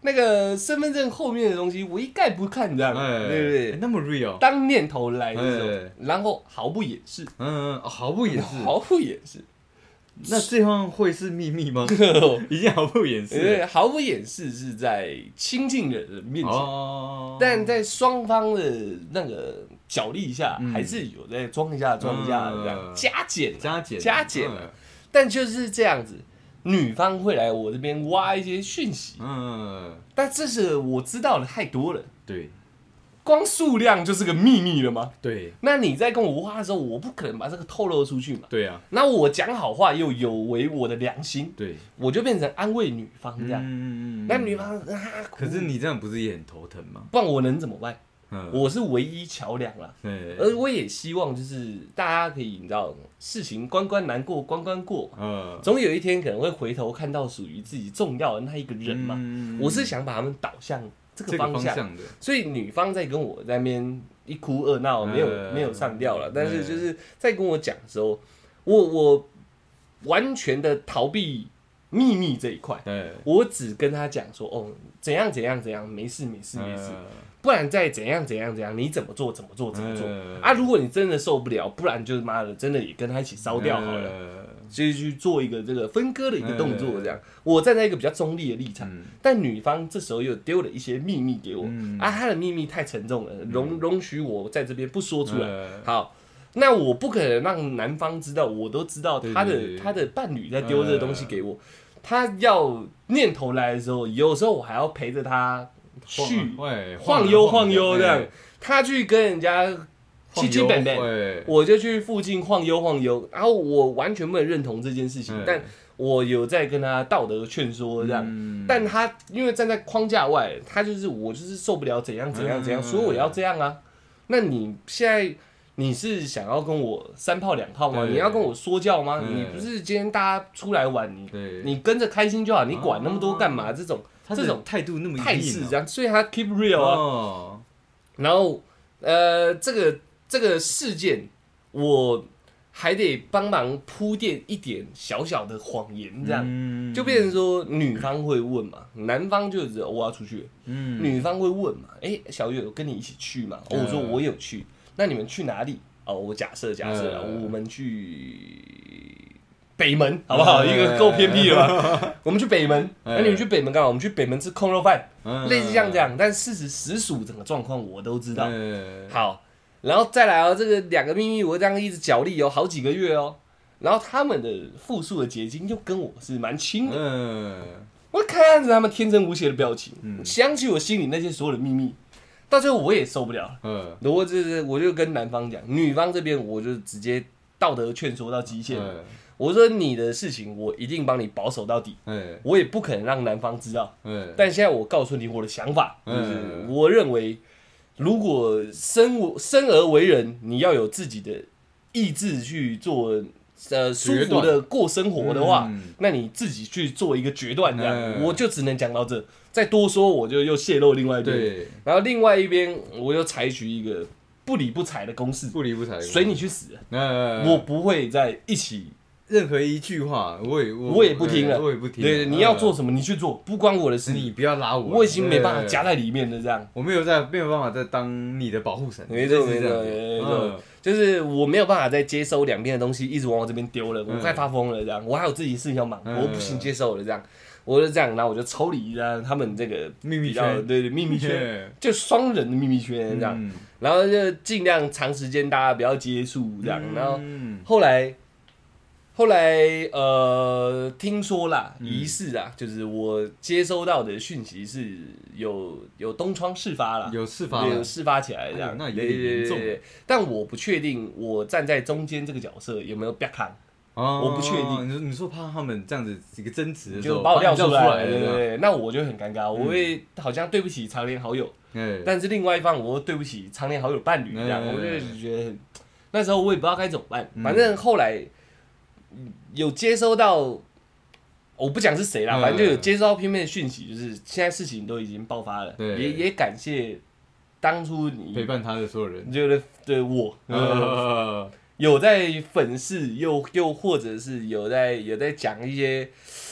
那个身份证后面的东西我一概不看，这样，对不对？ 那么 real， 当念头来的时候，然后毫不掩饰， 毫不掩饰， 毫不掩饰。 那这样会是秘密吗？一定毫不掩饰。 毫不掩饰是在亲近的人面前，但在双方的那个角力下，还是有在装一下这样加减，但就是这样子，女方会来我这边挖一些讯息，但这是我知道的太多了， 对。 光数量就是个秘密了吗？ 对， 那你在跟我挖的时候，我不可能把这个透露出去嘛。 对啊， 那我讲好话又有违我的良心， 对， 我就变成安慰女方这样。那女方可是你这样不是也很头疼吗？ 不然我能怎么办？我是唯一桥梁啦。而我也希望就是大家可以，你知道，事情关关难过关关过嘛。总有一天可能会回头看到属于自己重要的那一个人嘛。我是想把他们导向这个方向的，所以女方在跟我在那边一哭二闹，没有上吊了，但是就是在跟我讲的时候，我完全的逃避秘密这一块，我只跟他讲说，哦，怎样，没事，不然再怎样，你怎么做啊？如果你真的受不了，不然就妈的真的也跟他一起烧掉好了。就是去做一个这个分割的一个动作，这样。我站在一个比较中立的立场，但女方这时候又丢了一些秘密给我，她的秘密太沉重了，容许我在这边不说出来。好，那我不可能让男方知道，我都知道他的伴侣在丢这个东西给我，他要念头来的时候，有时候我还要陪着他去晃悠这样，他去跟人家。七本本，我就去附近晃悠，然后我完全不能认同这件事情，但我有在跟他道德劝说这样，但他因为站在框架外，他就是我就是受不了怎样，所以我要这样啊。那你现在你是想要跟我3炮2炮吗？你要跟我说教吗？你不是今天大家出来玩，你跟着开心就好，你管那么多干嘛？这种态度那么态势这样，所以他 keep real 啊。然后这个事件，我还得帮忙铺垫一点小小的谎言，这样就变成说，女方会问嘛，男方就是我要出去，女方会问嘛，小月有跟你一起去嘛？我说我有去，那你们去哪里？我假设我们去北门，好不好？一个够偏僻了吧？我们去北门，那你们去北门干嘛？我们去北门吃空肉饭，类似像这样，但事实实属整个状况我都知道。好。然后再来这个2个秘密，我这样一直角力好几个月哦。然后他们的复数的结晶又跟我是蛮亲的。我看着他们天真无邪的表情，想起我心里那些所有的秘密，到最后我也受不了了。我就跟男方讲，女方这边我就直接道德劝说到极限。我说你的事情我一定帮你保守到底，我也不可能让男方知道。但现在我告诉你我的想法，就是我认为。如果生而为人，你要有自己的意志去做舒服的过生活的话，那你自己去做一个决断，这样我就只能讲到这。再多说我就又泄露另外一边，然后另外一边我又采取一个不理不睬的公式，随你去死，我不会在一起。 任何一句话，我也不听了，对，你要做什么你去做，不关我的事， 你不要拉我， 我已经没办法夹在里面了，这样， 我没有办法再当你的保护神， 没错，就是我没有办法再接收两边的东西，一直往我这边丢了，我快发疯了，这样，我还有自己事情要忙，我不行接受了，这样，我就这样，然后我就抽离了他们这个秘密圈， 对秘密圈，就双人的秘密圈这样，然后就尽量长时间大家不要接触这样，然后后来听说啦，疑似啦，就是我接收到的讯息是有东窗事发啦， 有事发起来这样， 那有点严重。 但我不确定我站在中间这个角色有没有被看，我不确定。 你说怕他们这样子一个争执的时候就把我撂出来，对，那我就很尴尬，我会好像对不起常年好友，但是另外一方我对不起常年好友伴侣这样，我就觉得那时候我也不知道该怎么办，反正后来。有接收到，我不讲是谁啦，反正就有接收到片面的讯息，就是现在事情都已经爆发了，也感谢当初你陪伴他的所有人， 就是对我有在粉饰，又或者是有在讲一些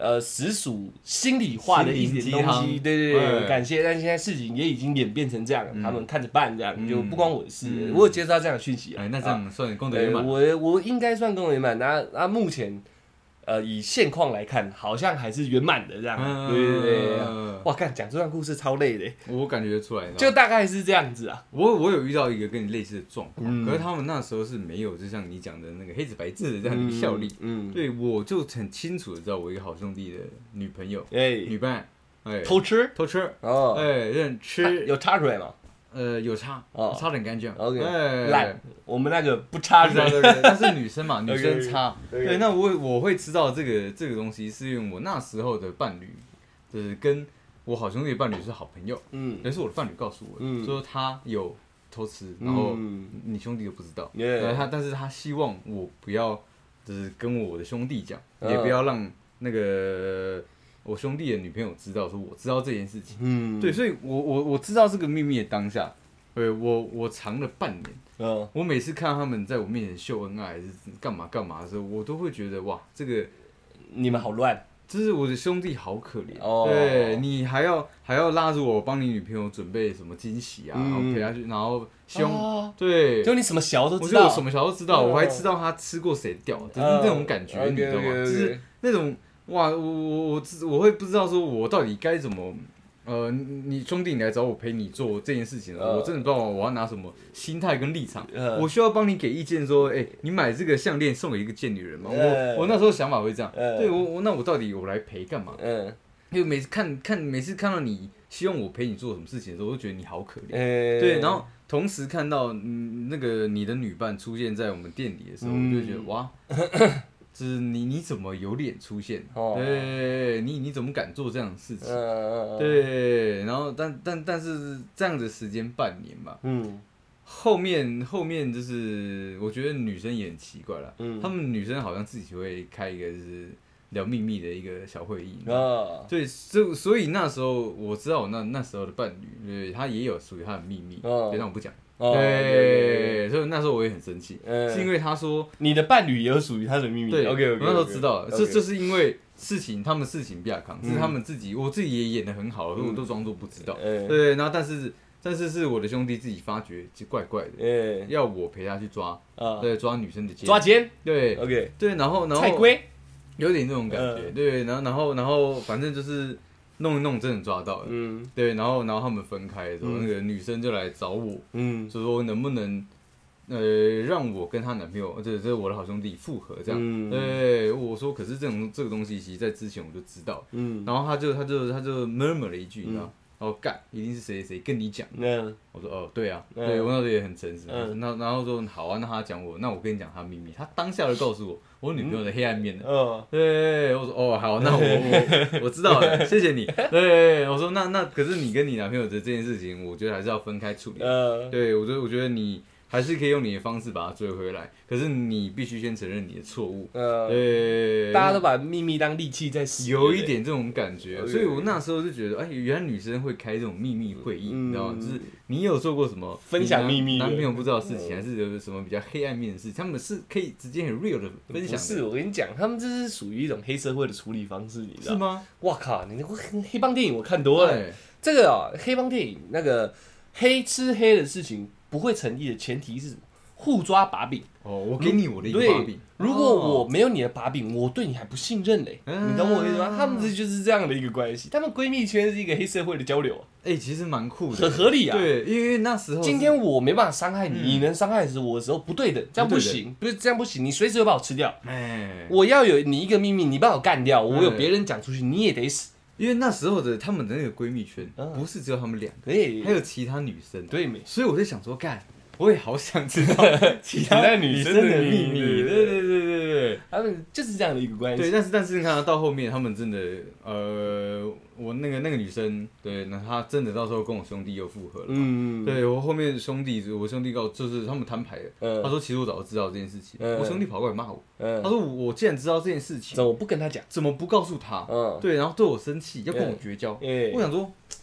实属心里话的一点东西，对，感谢。但现在事情也已经演变成这样，他们看着办，这样就不关我的事。我有接收到这样的讯息啊， 那这样算功德圆满。 我应该算功德圆满。那目前以现况来看，好像还是圆满的这样。对。哇，干讲这段故事超累的， 我感觉出来， 就大概是这样子啊。 我有遇到一个跟你类似的状况，可是他们那时候是没有，就像你讲的那个黑纸白字的这样的效力。对，我就很清楚的知道我一个好兄弟的女朋友，女伴， 偷吃哦，认吃有插水吗？ 有擦，擦得很干净。 OK， 烂，我们那个不插水， 但是女生嘛，女生擦。对，那我会知道这个东西，是因为我那时候的伴侣，就是跟我好兄弟的伴侣是好朋友。但是我的伴侣告诉我，说他有偷吃，然后你兄弟都不知道。但是他希望我不要，就是跟我的兄弟讲，也不要让那个。我兄弟的女朋友知道，说我知道这件事情，对，所以我知道这个秘密的当下，对我藏了半年，我每次看到他们在我面前秀恩爱还是干嘛的时候，我都会觉得哇，这个你们好乱， 就是我的兄弟好可怜，对你还要拉着我帮你女朋友准备什么惊喜啊，然后陪她去，然后对， 就你什么小都知道， 我什么小都知道，我还知道他吃过谁掉，就是那种感觉，你知道吗？就是那种。哇，我会不知道说我到底该怎么，你兄弟你来找我陪你做这件事情了，我真的不知道我要拿什么心态跟立场，我需要帮你给意见说，你买这个项链送给一个贱女人吗？我那时候想法会这样，对那我到底我来陪干嘛？因为每次看到你希望我陪你做什么事情的时候，我都觉得你好可怜，对，然后同时看到那个你的女伴出现在我们店里的时候，我就觉得哇。就是你怎么有脸出现？对，你怎么敢做这样的事情？对，然后但是这样的时间半年吧，后面就是我觉得女生也很奇怪了，她们女生好像自己会开一个就是聊秘密的一个小会议，对，所以那时候我知道我那时候的伴侣，对，他也有属于他的秘密，别让我不讲。对，所以那时候我也很生气，是因为他说你的伴侣也有属于他的秘密。 对 ，OK， 我那时候知道了，这是因为他们事情比较扛，是他们自己，我自己也演得很好，所以我都装作不知道。对，然后但是是我的兄弟自己发觉，就怪怪的，要我陪他去抓，对，抓女生的奸， 抓奸， 对 ，OK， 对，然后菜龟， 有点那种感觉，对，然后反正就是。弄一弄，真的抓到了。对，然后他们分开的时候，那个女生就来找我，就说能不能，让我跟她男朋友，这是我的好兄弟复合这样。对，我说可是这个东西，其实在之前我就知道。然后他就 murmur 了一句，你知道，然后干，一定是谁跟你讲。我说哦，对啊，对我那时候也很诚实。然后说好啊，那他讲我，那我跟你讲他秘密，他当下就告诉我女朋友的黑暗面了。对，我说哦好，那我知道了，谢谢你。对，我说那可是你跟你男朋友的这件事情，我觉得还是要分开处理。对，我觉得你还是可以用你的方式把它追回来，可是你必须先承认你的错误。对， 大家都把秘密当利器在使， 有一点这种感觉，所以我那时候就觉得，原来女生会开这种秘密会议，你知道吗？就是你有做过什么分享秘密， 男朋友不知道的事情，还是有什么比较黑暗面的事，他们是可以直接很 real 的分享的。 不是，我跟你讲，他们这是属于一种黑社会的处理方式，你知道是吗？ 哇靠，你黑帮电影我看多了，这个黑帮电影那个黑吃黑的事情不会成立的前提是互抓把柄。 我给你我的一个把柄。 如果我没有你的把柄，我对你还不信任嘞。你懂我意思吗？他们就是这样的一个关系。他们闺蜜圈是一个黑社会的交流。 其实蛮酷的， 很合理啊。 对，因为那时候今天我没办法伤害你，你能伤害我的时候不对的，这样不行，不是这样不行，你随时会把我吃掉。我要有你一个秘密，你把我干掉，我有别人讲出去，你也得死。 因为那时候的他们的那个闺蜜圈，不是只有他们两个，还有其他女生。 对， 所以我在想说，干。我也好想知道其他女生的秘密，对， 他们就是这样的一个关系。 对，但是你看到后面，他们真的，我那个女生，对，那她真的到时候跟我兄弟又复合了。对我后面我兄弟就是他们摊牌了。他说其实我早就知道这件事情，我兄弟跑过来骂我，他说我既然知道这件事情， 怎么不跟他讲？ 怎么不告诉他？对，然后对我生气，要跟我绝交。我想说。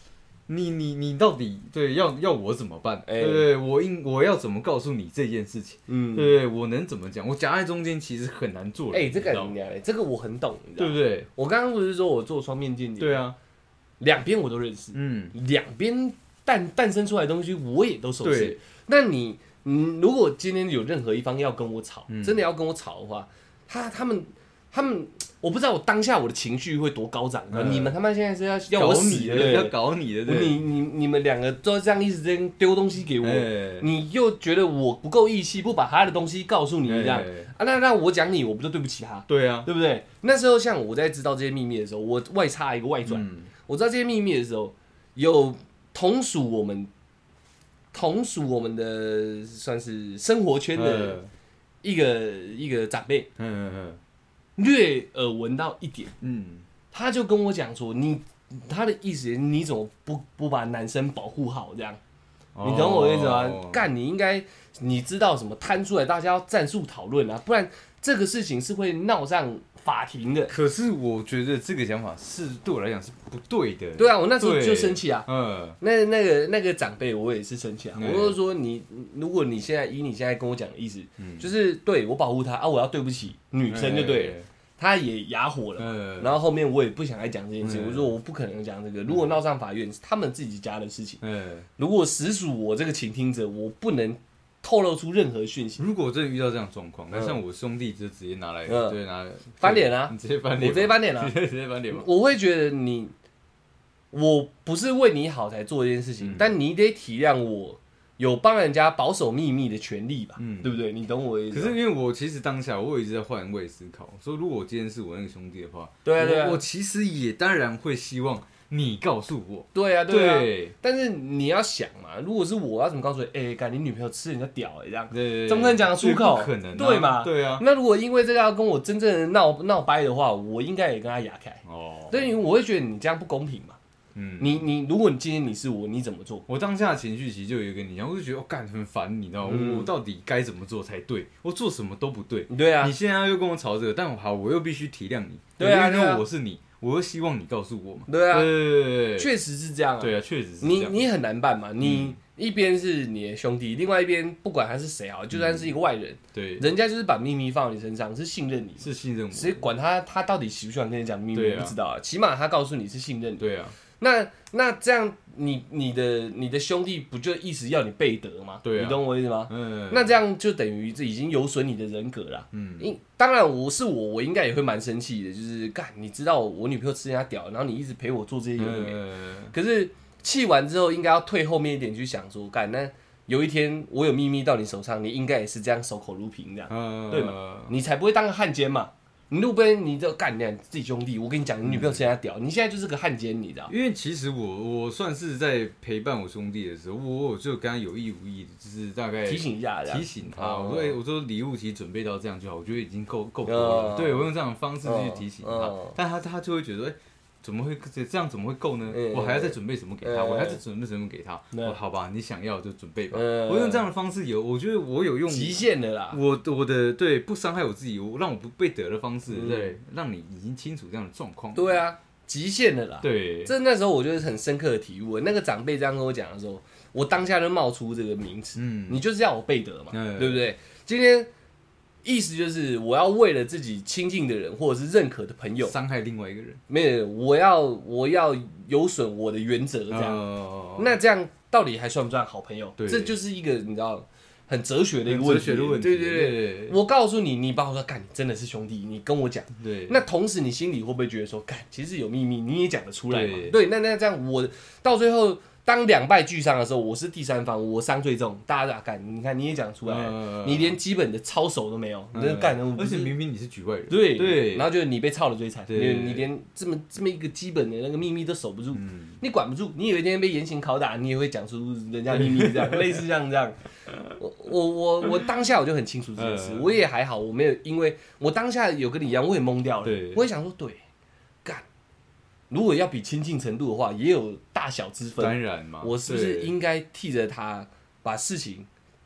你到底对要我怎么办？对不对？我要怎么告诉你这件事情？对不对？我能怎么讲？我夹在中间其实很难做。 这个我很懂，你知道对不对？ 我刚刚不是说我做双面间谍？ 对啊， 两边我都认识，两边诞生出来的东西我也都熟悉。那你如果今天有任何一方要跟我吵，真的要跟我吵的话，他们，我不知道我当下我的情绪会多高涨。你们他妈现在是要我死的， 要搞你的， 你们两个都这样一直在丢东西给我，你又觉得我不够义气，不把他的东西告诉你这样啊？那我讲你，我不就对不起他？ 对啊， 对不对？那时候像我在知道这些秘密的时候，我外插一个外传，我知道这些秘密的时候，有同属我们的算是生活圈的一个长辈，略耳闻到一点，他就跟我讲说，他的意思你怎么不把男生保护好这样？你懂我的意思吗？干，你知道什么摊出来，大家要战术讨论啊，不然这个事情是会闹上法庭的。 可是我觉得这个想法对我来讲是不对的。 对啊，我那时候就生气啊。那个长辈我也是生气啊。我就说如果你现在跟我讲的意思，就是对我保护他啊，我要对不起女生就对了。他也哑火了，然后后面我也不想再讲这件事情。我说我不可能讲这个，如果闹上法院是他们自己家的事情。如果实属我这个倾听者，我不能透露出任何讯息。 如果真的遇到这样的状况，那像我兄弟就直接拿来翻脸啊！ 你直接翻脸， 我直接翻脸啊！ 直接翻脸吗？ 我会觉得我不是为你好才做这件事情，但你得体谅我有帮人家保守秘密的权利吧，对不对？你懂我的意思？ 可是因为我其实当下我一直在换位思考，说如果我今天是我那个兄弟的话， 对啊， 我其实也当然会希望你告诉我。 对啊。但是你要想嘛，如果是我要怎么告诉你？干你女朋友吃人家屌这样，怎么可能讲得出口？ 不可能， 对嘛？ 对啊。 那如果因为这个要跟我真正的闹掰的话，我应该也跟他哑开。对，因为我会觉得你这样不公平嘛。如果今天你是我，你怎么做？ 我当下的情绪其实就有一个你，我就觉得干很烦，你知道吗？我到底该怎么做才对？我做什么都不对。 对啊， 你现在又跟我吵这个，但我又必须体谅你。 对啊， 因为我是你，我又希望你告诉我嘛。 对啊，确实是这样啊。 对啊，确实是这样。 你很难办嘛，你一边是你的兄弟，另外一边不管他是谁好，就算是一个外人， 对， 人家就是把秘密放到你身上，是信任你， 是信任我。 谁管他到底喜不喜欢跟你讲秘密，我不知道啊。起码他告诉你是信任你。 对啊。 那这样，你的兄弟不就意思要你背德吗？ 对啊， 你懂我意思吗？那这样就等于这已经有损你的人格了。当然我应该也会蛮生气的，就是干，你知道我女朋友吃人家屌，然后你一直陪我做这些有的没的。可是气完之后，应该要退后面一点去想说，干，那有一天我有秘密到你手上，你应该也是这样守口如瓶这样，对吗？你才不会当个汉奸嘛。你路边你就干你自己兄弟，我跟你讲，你女朋友吃人家屌，你现在就是个汉奸，你知道？ 因为其实我算是在陪伴我兄弟的时候，我就跟他有意无意的，就是大概提醒一下， 提醒他。我说礼物其实准备到这样就好，我觉得已经够多了。对，我用这样的方式去提醒他，但他就会觉得，怎么会这样？怎么会够呢？我还要再准备什么给他？我还要再准备什么给他？好吧，你想要就准备吧。我用这样的方式我觉得我有用极限的啦。 我的对不伤害我自己，让我不被得的方式，对，让你已经清楚这样的状况。 对啊，极限的啦。 对， 这那时候我觉得很深刻的体悟。那个长辈这样跟我讲的时候，我当下就冒出这个名词，你就是要我背德嘛，对不对？今天。意思就是我要为了自己亲近的人或者是认可的朋友伤害另外一个人， 没有，我要有损我的原则这样，那这样到底还算不算好朋友？这就是一个你知道很哲学的一个问题。对，我告诉你，你把我说干，你真的是兄弟，你跟我讲，对，那同时你心里会不会觉得说，干，其实有秘密你也讲得出来嘛？对，那这样我到最后。当两败俱伤的时候，我是第三方，我伤最重，大家干，你看你也讲出来了，你连基本的操守都没有，你干， 而且明明你是局外人， 对，然后就是你被操的最惨，你连这么一个基本的那个秘密都守不住，你管不住，你有一天被严刑拷打，你也会讲出人家秘密这样，类似像这样。我当下我就很清楚这件事，我也还好，我没有，因为我当下有跟你一样，我也懵掉了，我也想说对。如果要比亲近程度的话，也有大小之分。 当然嘛， 我是不是应该替着他把事情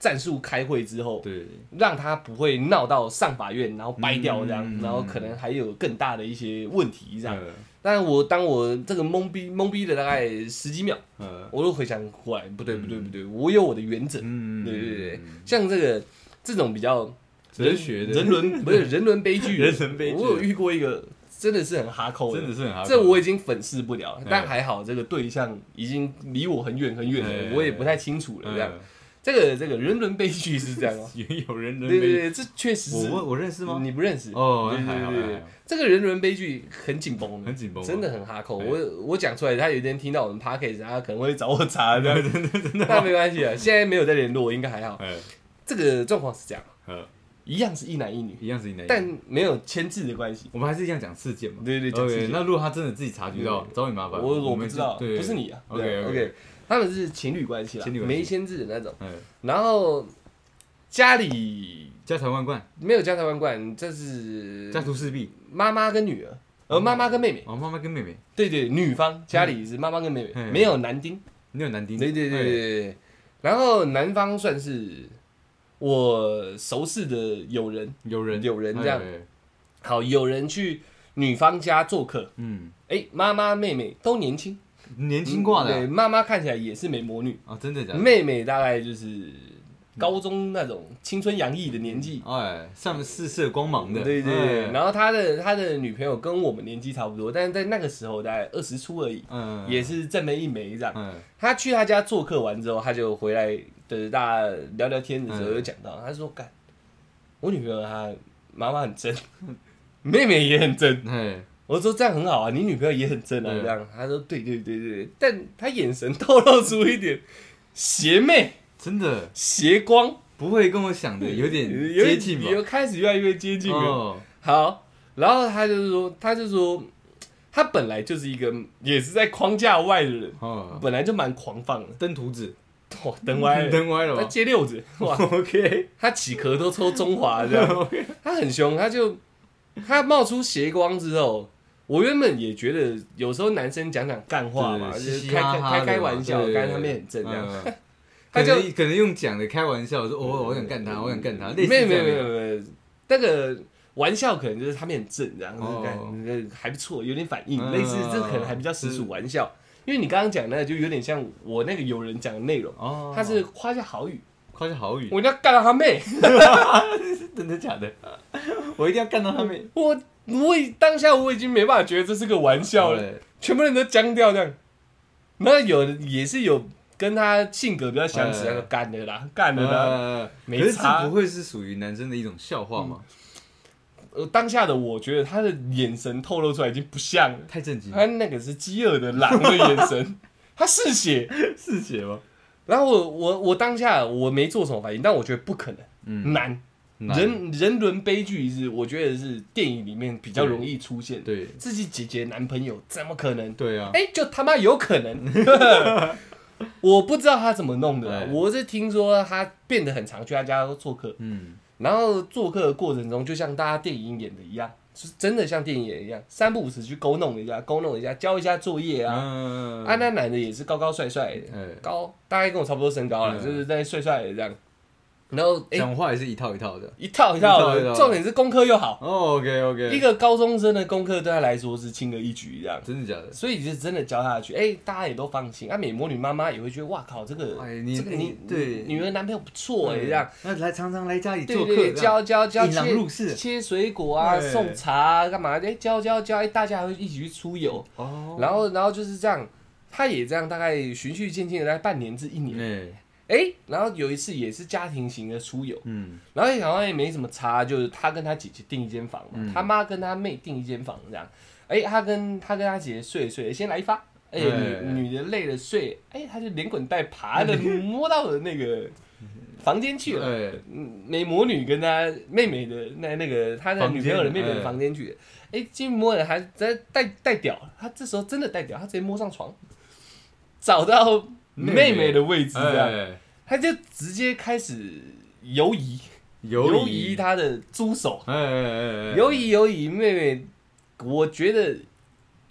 战术开会之后， 对， 让他不会闹到上法院，然后掰掉这样，然后可能还有更大的一些问题这样。但当我这个懵逼了大概10几秒，我都回想过来，不对，我有我的原则，对，像这种比较哲学的人伦悲剧，我有遇过一个真的是很哈扣的， 真的是很哈扣， 这我已经粉饰不了了，但还好这个对象已经离我很远了，我也不太清楚了这样。这个人伦悲剧是这样哦， 也有人伦悲剧， 对，这确实是我认识吗？ 你不认识哦， 对，这个人伦悲剧很紧绷，真的很哈扣。我讲出来，他有一天听到我们 podcast， 他可能会找我查这样，真的，但没关系啊，现在没有在联络，应该还好。这个状况是这样，一样是一男一女，但没有签字的关系。 我们还是一样讲事件嘛。 对，讲事件。 那如果他真的自己察觉到，找你麻烦， 我不知道，不是你啊。OK， 他们是情侣关系啦，没签字的那种。然后家里家财万贯， 没有家财万贯，这是家徒四壁。 妈妈跟女儿，妈妈跟妹妹。 妈妈跟妹妹。 对，女方家里是妈妈跟妹妹，没有男丁。对。然后男方算是我熟识的友人这样。好，有人去女方家做客，妈妈妹妹都年轻挂的，对，妈妈看起来也是美魔女啊，真的假的？ 妹妹大概就是高中那种青春洋溢的年纪， 上面四射光芒的， 对。然后他的女朋友跟我们年纪差不多，但是在那个时候大概20出而已，也是正妹一枚这样。他去他家做客完之后，他就回来的大家聊聊天的时候有讲到，他说：“干，我女朋友她妈妈很正，妹妹也很正。”我说这样很好啊，你女朋友也很正啊，这样。他说对，但他眼神透露出一点邪魅， 真的邪光， 不会跟我想的有点接近吧？ 开始越来越接近了。好，然后他就说，他本来就是一个也是在框架外的人，本来就蛮狂放的， 登徒子， 登歪了，他接六子，哇 ，OK， 他起壳都抽中华这样，他很凶，他冒出邪光之后。我原本也觉得有时候男生讲干话嘛，就是开玩笑，干他妹很正这样。 他可能用讲的开玩笑说，我想干他， 没有，那个玩笑可能就是他妹很正这样，还不错，有点反应，类似这可能还比较实属玩笑。因为你刚刚讲的就有点像我那个友人讲的内容，他是夸下好语，我一定要干到他妹， 真的假的？我一定要干到他妹， 当下我已经没办法觉得这是个玩笑了，全部人都僵掉这样。那也是有跟他性格比较相似，他说干了啦，没差。 可是不会是属于男生的一种笑话吗？ 当下的我觉得他的眼神透露出来已经不像了， 太震惊。 他那个是饥饿的狼的眼神，他嗜血吗？ 然后我当下我没做什么反应，但我觉得不可能，难。人伦悲剧是我觉得是电影里面比较容易出现， 对， 自己姐姐男朋友怎么可能？ 对啊， 就他妈有可能，我不知道他怎么弄的，我是听说他变得很常去他家做客，然后做客的过程中就像大家电影演的一样，是真的像电影演一样，3不5时去勾弄一下，交一下作业啊，那男的也是高高帅帅的，高大概跟我差不多身高了，就是在帅帅的这样。然后讲话也是一套的， 重点是功课又好。 OK， 一个高中生的功课对他来说是轻而易举这样。 真的假的？ 所以就真的教他去，大家也都放心。美魔女妈妈也会觉得，哇靠，这个对女儿男朋友不错这样。 那常常来家里做客， 对，教引狼入室， 切水果啊，送茶啊，干嘛？教，大家还会一起去出游。然后就是这样，他也这样，大概循序渐进的，大概半年至1年。然后有一次也是家庭型的出游，然后好像也没什么差，就是他跟他姐姐订一间房嘛，他妈跟他妹订一间房这样，他跟他姐姐睡先来一发，女的累了睡，他就连滚带爬的摸到了那个房间去了，美魔女跟他妹妹的那个他的女朋友的妹妹的房间去了，进去摸了还带屌，他这时候真的带屌，他直接摸上床，找到妹妹的位置这样。他就直接开始游移他的猪手，游移妹妹，我觉得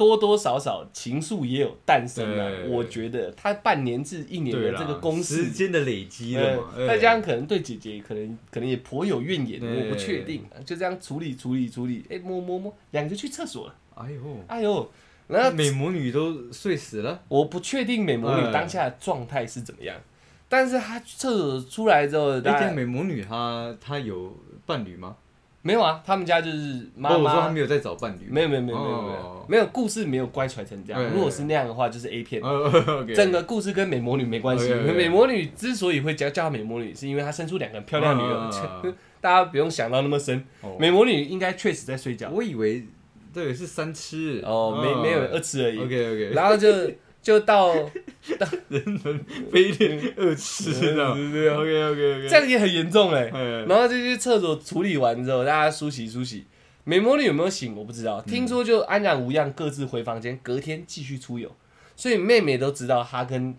多多少少情愫也有诞生了。 对我觉得他半年至1年的这个公式， 时间的累积了嘛， 再加上可能对姐姐可能也颇有怨言， 对我不确定，就这样处理，哎，摸，两个就去厕所了。 哎呦， 然后美魔女都睡死了， 我不确定美魔女当下的状态是怎么样，但是她厕所出来之后， 美魔女她有伴侣吗？ 没有啊，他们家就是妈妈。 我说她没有在找伴侣。 没有，故事没有乖舛成这样。如果是那样的话，就是 A 片。整个故事跟美魔女没关系。美魔女之所以会叫她美魔女，是因为她生出2个漂亮女儿。大家不用想到那么深。美魔女应该确实在睡觉。 我以为对是3吃。 没有2吃而已。 OK。 然后就到人伦卑劣2吃这样。OK。 这样也很严重哎。然后就去厕所处理完之后，大家梳洗。美魔女有没有醒我不知道，听说就安然无恙，各自回房间，隔天继续出游。所以妹妹都知道她跟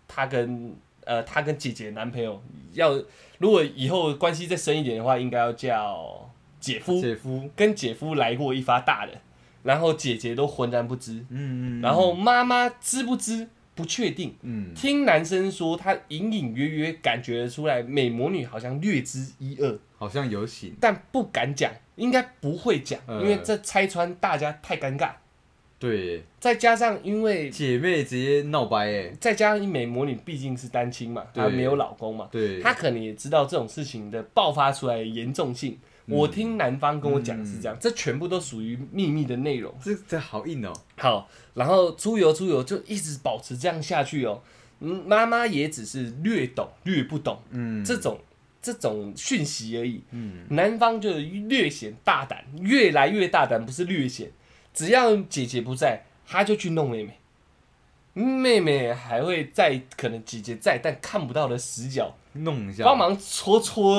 姐姐男朋友如果以后关系再深一点的话，应该要叫姐夫，跟姐夫来过一发大的。然后姐姐都浑然不知，然后妈妈知不知不确定，听男生说他隐隐约约感觉得出来，美魔女好像略知一二， 好像有醒， 但不敢讲，应该不会讲，因为这拆穿大家太尴尬。 对， 再加上因为姐妹直接闹掰再加上美魔女毕竟是单亲嘛，她没有老公嘛，她可能也知道这种事情的爆发出来的严重性。我听男方跟我讲是这样，这全部都属于秘密的内容。 这好硬哦。 好，然后出游就一直保持这样下去哦。妈妈也只是略懂略不懂，这种讯息而已。男方就略显大胆，越来越大胆，不是略显，只要姐姐不在，他就去弄妹妹。妹妹还会在可能姐姐在但看不到的死角弄一下， 帮忙搓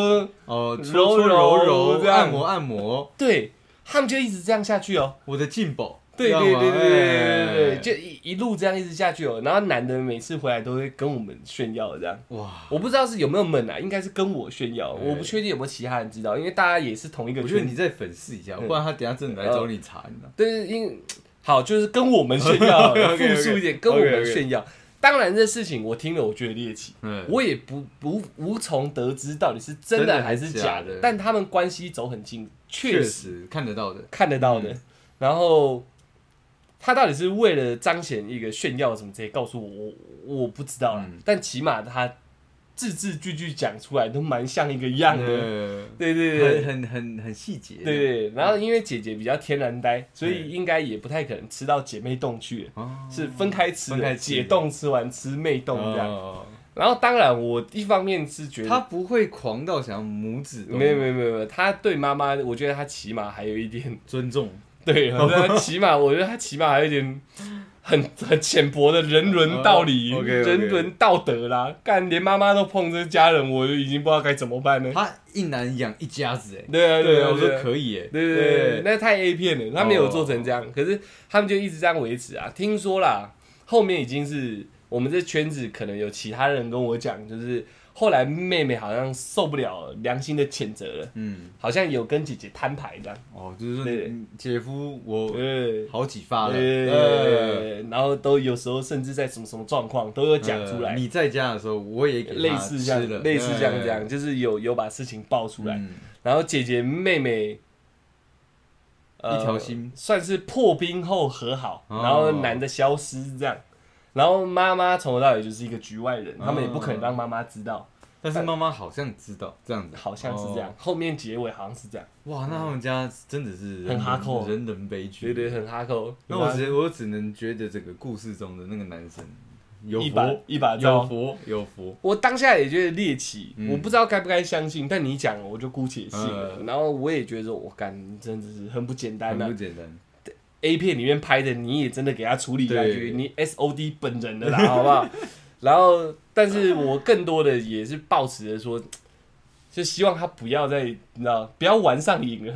揉按摩， 对，他们就一直这样下去哦。 我的进宝， 对，就一路这样一直下去哦。然后男的每次回来都会跟我们炫耀这样，哇，我不知道是有没有猛啊，应该是跟我炫耀，我不确定有没有其他人知道，因为大家也是同一个圈。 我觉得你再粉饰一下，不然他等一下真的来找你查，你知道？ 对，因为好就是跟我们炫耀，复述一点，跟我们炫耀。当然，这事情我听了，我觉得猎奇，我也无从得知到底是真的还是假的。但他们关系走很近，确实看得到的。 然后他到底是为了彰显一个炫耀什么这些，告诉我不知道啦。但起码他字句讲出来都蛮像一个样的，对， 很细节， 对。然后因为姐姐比较天然呆，所以应该也不太可能吃到姐妹洞去，是分开吃的，姐洞吃完吃妹洞这样。然后当然我一方面是觉得他不会狂到想要母子， 没有，他对妈妈，我觉得他起码还有一点尊重， 对，我觉得他起码还有一点。很浅薄的人伦道理，人伦道德啦，干连妈妈都碰这家人，我就已经不知道该怎么办了。 他一男养一家子， 对啊， 我说可以， 对，那太 A 片了，他没有做成这样，可是他们就一直这样维持啊。听说啦，后面已经是我们这圈子可能有其他人跟我讲，就是后来妹妹好像受不了良心的谴责了，好像有跟姐姐摊牌这样。 就是说姐夫我好几发了， 然后都有时候甚至在什么状况都有讲出来。 你在家的时候，我也给他吃了， 类似这样，就是有把事情爆出来。然后姐姐妹妹一条心， 算是破冰后和好，然后男的消失这样。然后妈妈从头到尾就是一个局外人，他们也不可能让妈妈知道。 但是妈妈好像知道这样子， 好像是这样。后面结尾好像是这样。 哇，那他们家真的是很哈扣， 人伦悲剧。 对，很哈扣。 那我只能觉得整个故事中的那个男生有佛。 我当下也觉得猎奇，我不知道该不该相信，但你讲我就姑且信了。然后我也觉得我干真的是很不简单啊， 很不简单。 A 片里面拍的，你也真的给他处理下去，你 SOD 本人的啦，好不好？然后，但是我更多的也是抱持着说，就希望他不要再，你知道，不要玩上瘾了。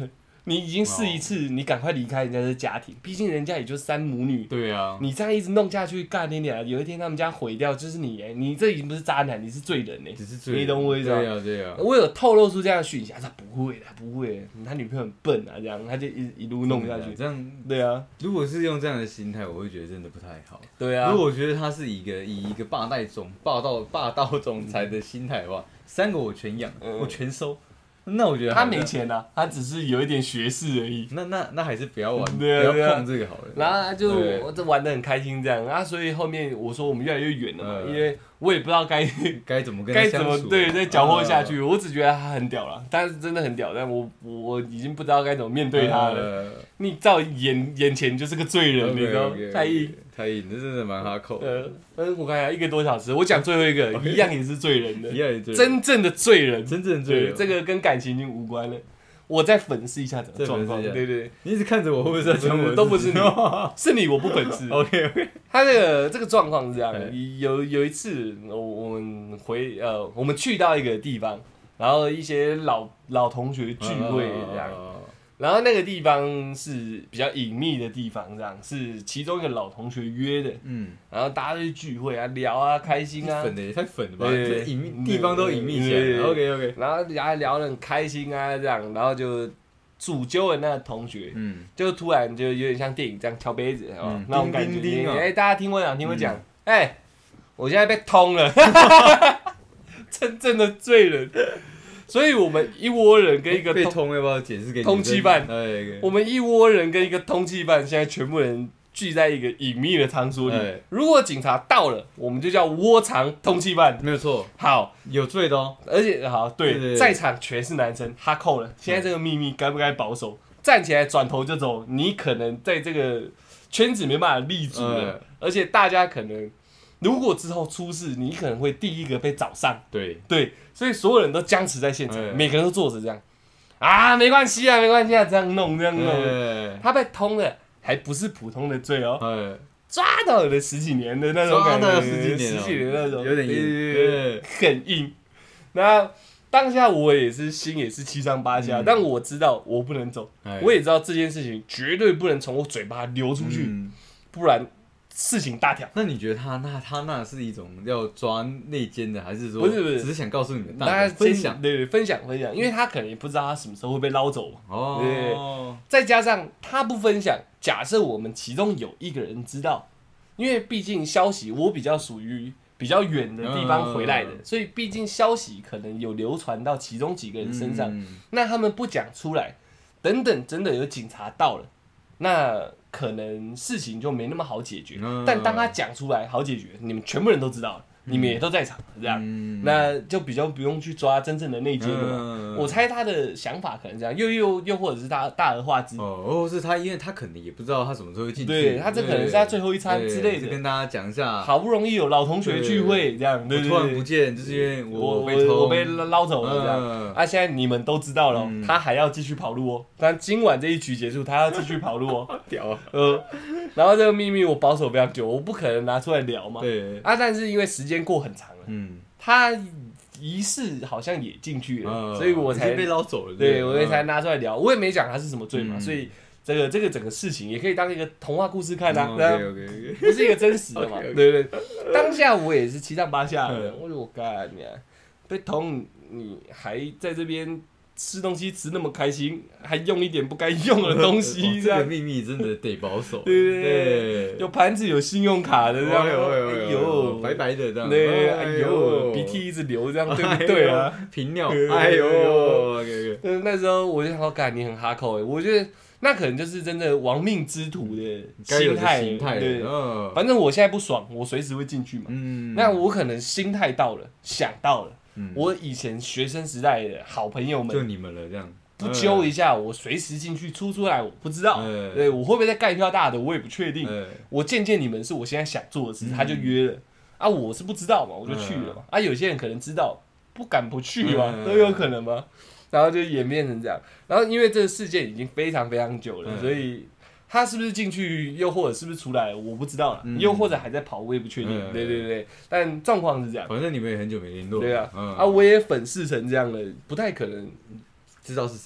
你已经试一次，你赶快离开人家的家庭，毕竟人家也就3母女。 对啊， 你这样一直弄下去，干你俩，有一天他们家毁掉，就是你这已经不是渣男，你是罪人只是罪人， 你懂我意思吗？ 对啊，对啊。 我有透露出这样的讯息，他说不会的，不会，他女朋友很笨啊，这样他就一路弄下去， 这样对啊。 如果是用这样的心态，我会觉得真的不太好。 对啊。 如果我觉得他是以一个霸道总裁的心态的话，3个我全养，我全收。那我觉得他没钱啊，他只是有一点学识而已。 那还是不要玩， 对啊， 不要碰这个好了。 然后他就我这玩得很开心这样啊，所以后面我说我们越来越远了嘛，因为我也不知道该怎么跟他相处， 对再搅和下去。我只觉得他很屌啦，但是真的很屌，但我已经不知道该怎么面对他了。你照眼前就是个罪人，你知道太硬， 这真的蛮哈扣。 我看一下1个多小时，我讲最后一个一样也是罪人的， 真正的罪人， 对， 这个跟感情已经无关了。我再粉饰一下整个状况，对， 你一直看着我，会不会在讲我？ 都不是你，是你，我不粉饰。 OK， 他这个状况是这样，有一次我们去到一个地方，然后一些老同学聚会这样。然后那个地方是比较隐秘的地方，这样是其中一个老同学约的，然后大家去聚会啊，聊啊，开心啊， 太粉了吧？这隐秘地方都隐秘起来 ，OK， 然后聊得很开心啊，这样，然后就主揪的那个同学，就突然就有点像电影这样敲杯子，那种感觉，大家听我讲，我现在被通了，真正的罪人。所以我们一窝人跟一个被通要不要解释给你？ 通缉犯，我们一窝人跟一个通缉犯，现在全部人聚在一个隐秘的场所里。如果警察到了，我们就叫窝藏通缉犯， 没有错。 好， 有罪的哦。 而且好，对，在场全是男生，哈扣了。现在这个秘密该不该保守？站起来转头就走，你可能在这个圈子没办法立足了，而且大家可能。如果之后出事，你可能会第一个被找上。对，所以所有人都僵持在现场，每个人都坐着这样。啊，没关系啊，这样弄。他被通了，还不是普通的罪哦，抓到了10几年的那种感觉，十几年那种， 有点硬， 很硬。那当下我也是心也是七上八下，但我知道我不能走，我也知道这件事情绝对不能从我嘴巴流出去，不然。事情大条。 那你觉得他那是一种要抓内奸的，还是说不是，只是想告诉你们大家分享？ 对，分享，因为他可能也不知道他什么时候会被捞走嘛。 哦， 对，再加上他不分享，假设我们其中有一个人知道，因为毕竟消息我比较属于比较远的地方回来的，所以毕竟消息可能有流传到其中几个人身上，那他们不讲出来，等等，真的有警察到了，那。可能事情就没那么好解决，但当他讲出来好解决，你们全部人都知道了，你们也都在场，这样，那就比较不用去抓真正的内奸了嘛。我猜他的想法可能这样，又或者是他大而化之， 或是他，因为他可能也不知道他什么时候会进去， 对他这可能是他最后一餐之类的， 跟大家讲一下， 好不容易有老同学聚会这样，对， 突然不见，就是因为我被捞走了这样，啊，现在你们都知道了，他还要继续跑路哦，但今晚这一局结束，他要继续跑路哦， 屌啊， 然后这个秘密我保守非常久，我不可能拿出来聊嘛， 对， 但是因为时间过很长了，他疑似好像也进去了，所以我才被捞走了， 对，我才拿出来聊，我也没讲他是什么罪嘛，所以这个整个事情也可以当一个童话故事看啊，不是一个真实的嘛，对，当下我也是七上八下的，我说我干你啊，被捅你还在这边。吃东西吃那么开心，还用一点不该用的东西， 这个秘密真的得保守。 对，有盘子有信用卡的这样， 哎呦，白白的这样， 对，哎呦，鼻涕一直流这样，对不对啊？ 频尿，哎呦， 那时候我就想说，干你很哈扣哎，我觉得那可能就是真的亡命之徒的心态，对，反正我现在不爽，我随时会进去嘛，那我可能心态到了，想到了。我以前学生时代的好朋友们， 就你们了，这样不揪一下，我随时进去出来，我不知道，对我会不会再盖票大的，我也不确定。我见你们是我现在想做的事，他就约了啊，我是不知道嘛，我就去了嘛。啊，有些人可能知道，不敢不去嘛，都有可能嘛。然后就演变成这样，然后因为这个事件已经非常非常久了，所以。他是不是进去，又或者是不是出来，我不知道了。又或者还在跑，我也不确定。对，但状况是这样。 反正你们也很久没联络。 对啊，我也粉饰成这样了，不太可能知道是谁。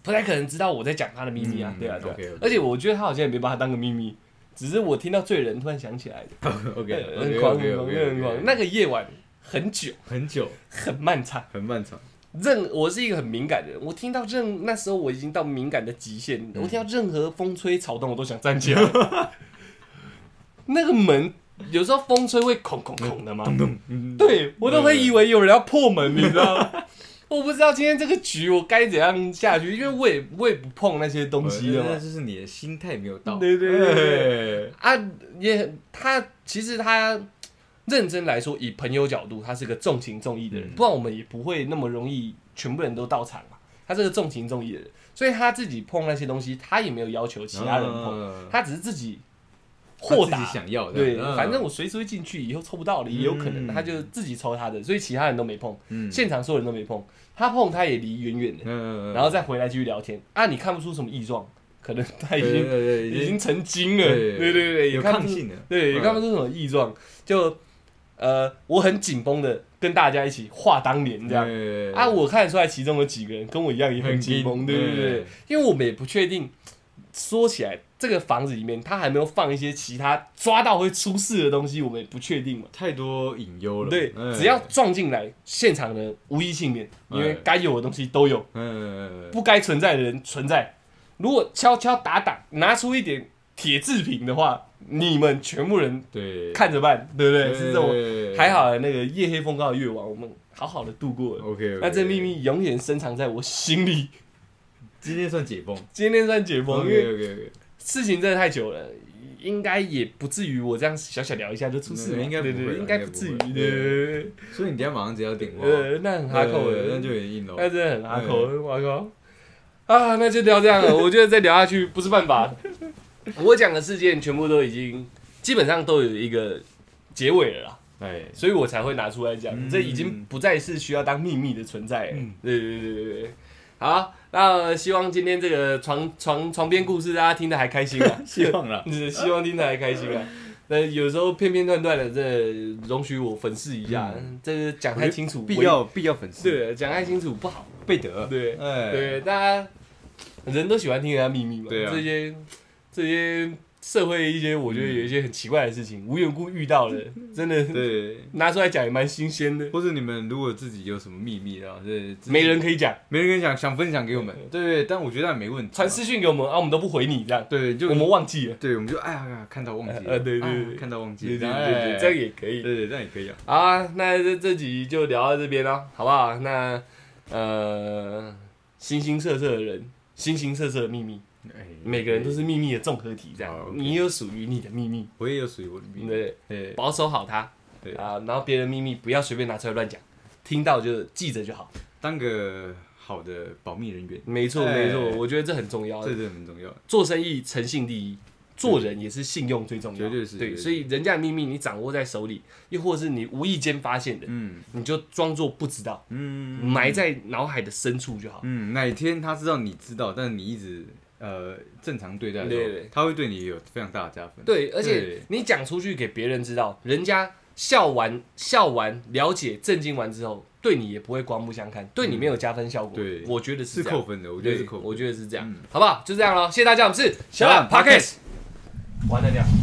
不太可能知道我在讲他的秘密啊，对啊，对啊。 okay. 而且我觉得他好像也没把它当个秘密，只是我听到罪人突然想起来的。 OK， 很狂，很狂。那个夜晚很久，很漫长。我是一个很敏感的人，我听到那时候我已经到敏感的极限，我听到任何风吹草动我都想站起来。那个门有时候风吹会孔的嘛，对我都会以为有人要破門，你知道吗？我不知道今天这个局我该怎样下去，因为我也不碰那些东西的嘛。 那就是你的心态没有到。 对啊，其实他认真来说，以朋友角度，他是个重情重义的人，不然我们也不会那么容易全部人都到场嘛。他是个重情重义的人，所以他自己碰那些东西，他也没有要求其他人碰，他只是自己豁达想要的。 对，反正我随时会进去，以后抽不到了也有可能，他就自己抽他的，所以其他人都没碰，现场所有人都没碰，他碰他也离远远的，然后再回来继续聊天啊，你看不出什么异状。可能他已经成精了，对， 有抗性的， 对，也看不出什么异状，就我很紧绷的跟大家一起话当年这样啊，我看得出来其中有几个人跟我一样也很紧绷，对，因为我们也不确定，说起来这个房子里面他还没有放一些其他抓到会出事的东西，我们也不确定嘛， 太多隐忧了， 对，只要撞进来，现场的无一幸免，因为该有的东西都有，不该存在的人存在。如果敲敲打打拿出一点铁制品的话，你们全部人看着办，对不对？是这种还好那个夜黑风高的夜晚，我们好好的度过了。 OK， 那这秘密永远深藏在我心里。 今天算解封， 因为事情真的太久了，应该也不至于我这样小小聊一下就出事， 应该不会， 应该不至于的。 所以你等下马上直接要点话， 那很哈扣的， 那就有点硬了， 那真的很哈扣，我靠。啊，那就聊这样了。我觉得再聊下去不是办法。我讲的事件全部都已经基本上都有一个结尾了啦，所以我才会拿出来讲。这已经不再是需要当秘密的存在了。对。好，那希望今天这个床边故事大家听得还开心啊， 希望啦， 希望听得还开心啊。那有时候片片段段的，这容许我粉饰一下，这个讲太清楚， 必要粉饰。 对，讲太清楚不好， 背德。 对，大家人都喜欢听人家秘密嘛。对啊，这些社会一些，我觉得有一些很奇怪的事情，无缘无故遇到了，真的拿出来讲也蛮新鲜的。 或者你们如果自己有什么秘密啊， 没人可以讲， 想分享给我们，对，但我觉得没问题。 传私讯给我们啊，我们都不回你这样， 对，就我们忘记了， 对，我们就看到忘记了，对，看到忘记了， 对，这样也可以， 对，这样也可以啊。 好啊，那这集就聊到这边了，好不好？那形形色色的人，形形色色的秘密。每个人都是秘密的综合体，这样。你有属于你的秘密， 我也有属于我的秘密。 对，保守好它。对啊，然后别人秘密不要随便拿出来乱讲，听到就记着就好， 当个好的保密人员。 没错，我觉得这很重要。 这很重要。 做生意诚信第一，做人也是信用最重要。 绝对是。 对，所以人家的秘密你掌握在手里，又或是你无意间发现的，你就装作不知道，埋在脑海的深处就好。 哪天他知道你知道，但是你一直。正常对待的时候，他会对你有非常大的加分。 对，而且你讲出去给别人知道，人家笑完、了解、震惊完之后，对你也不会刮目相看，对你没有加分效果。 对， 我觉得是扣分的，我觉得是扣分。 我觉得是这样，好不好？就这样咯，谢谢大家，我们是小懒 Podcast，完了掉。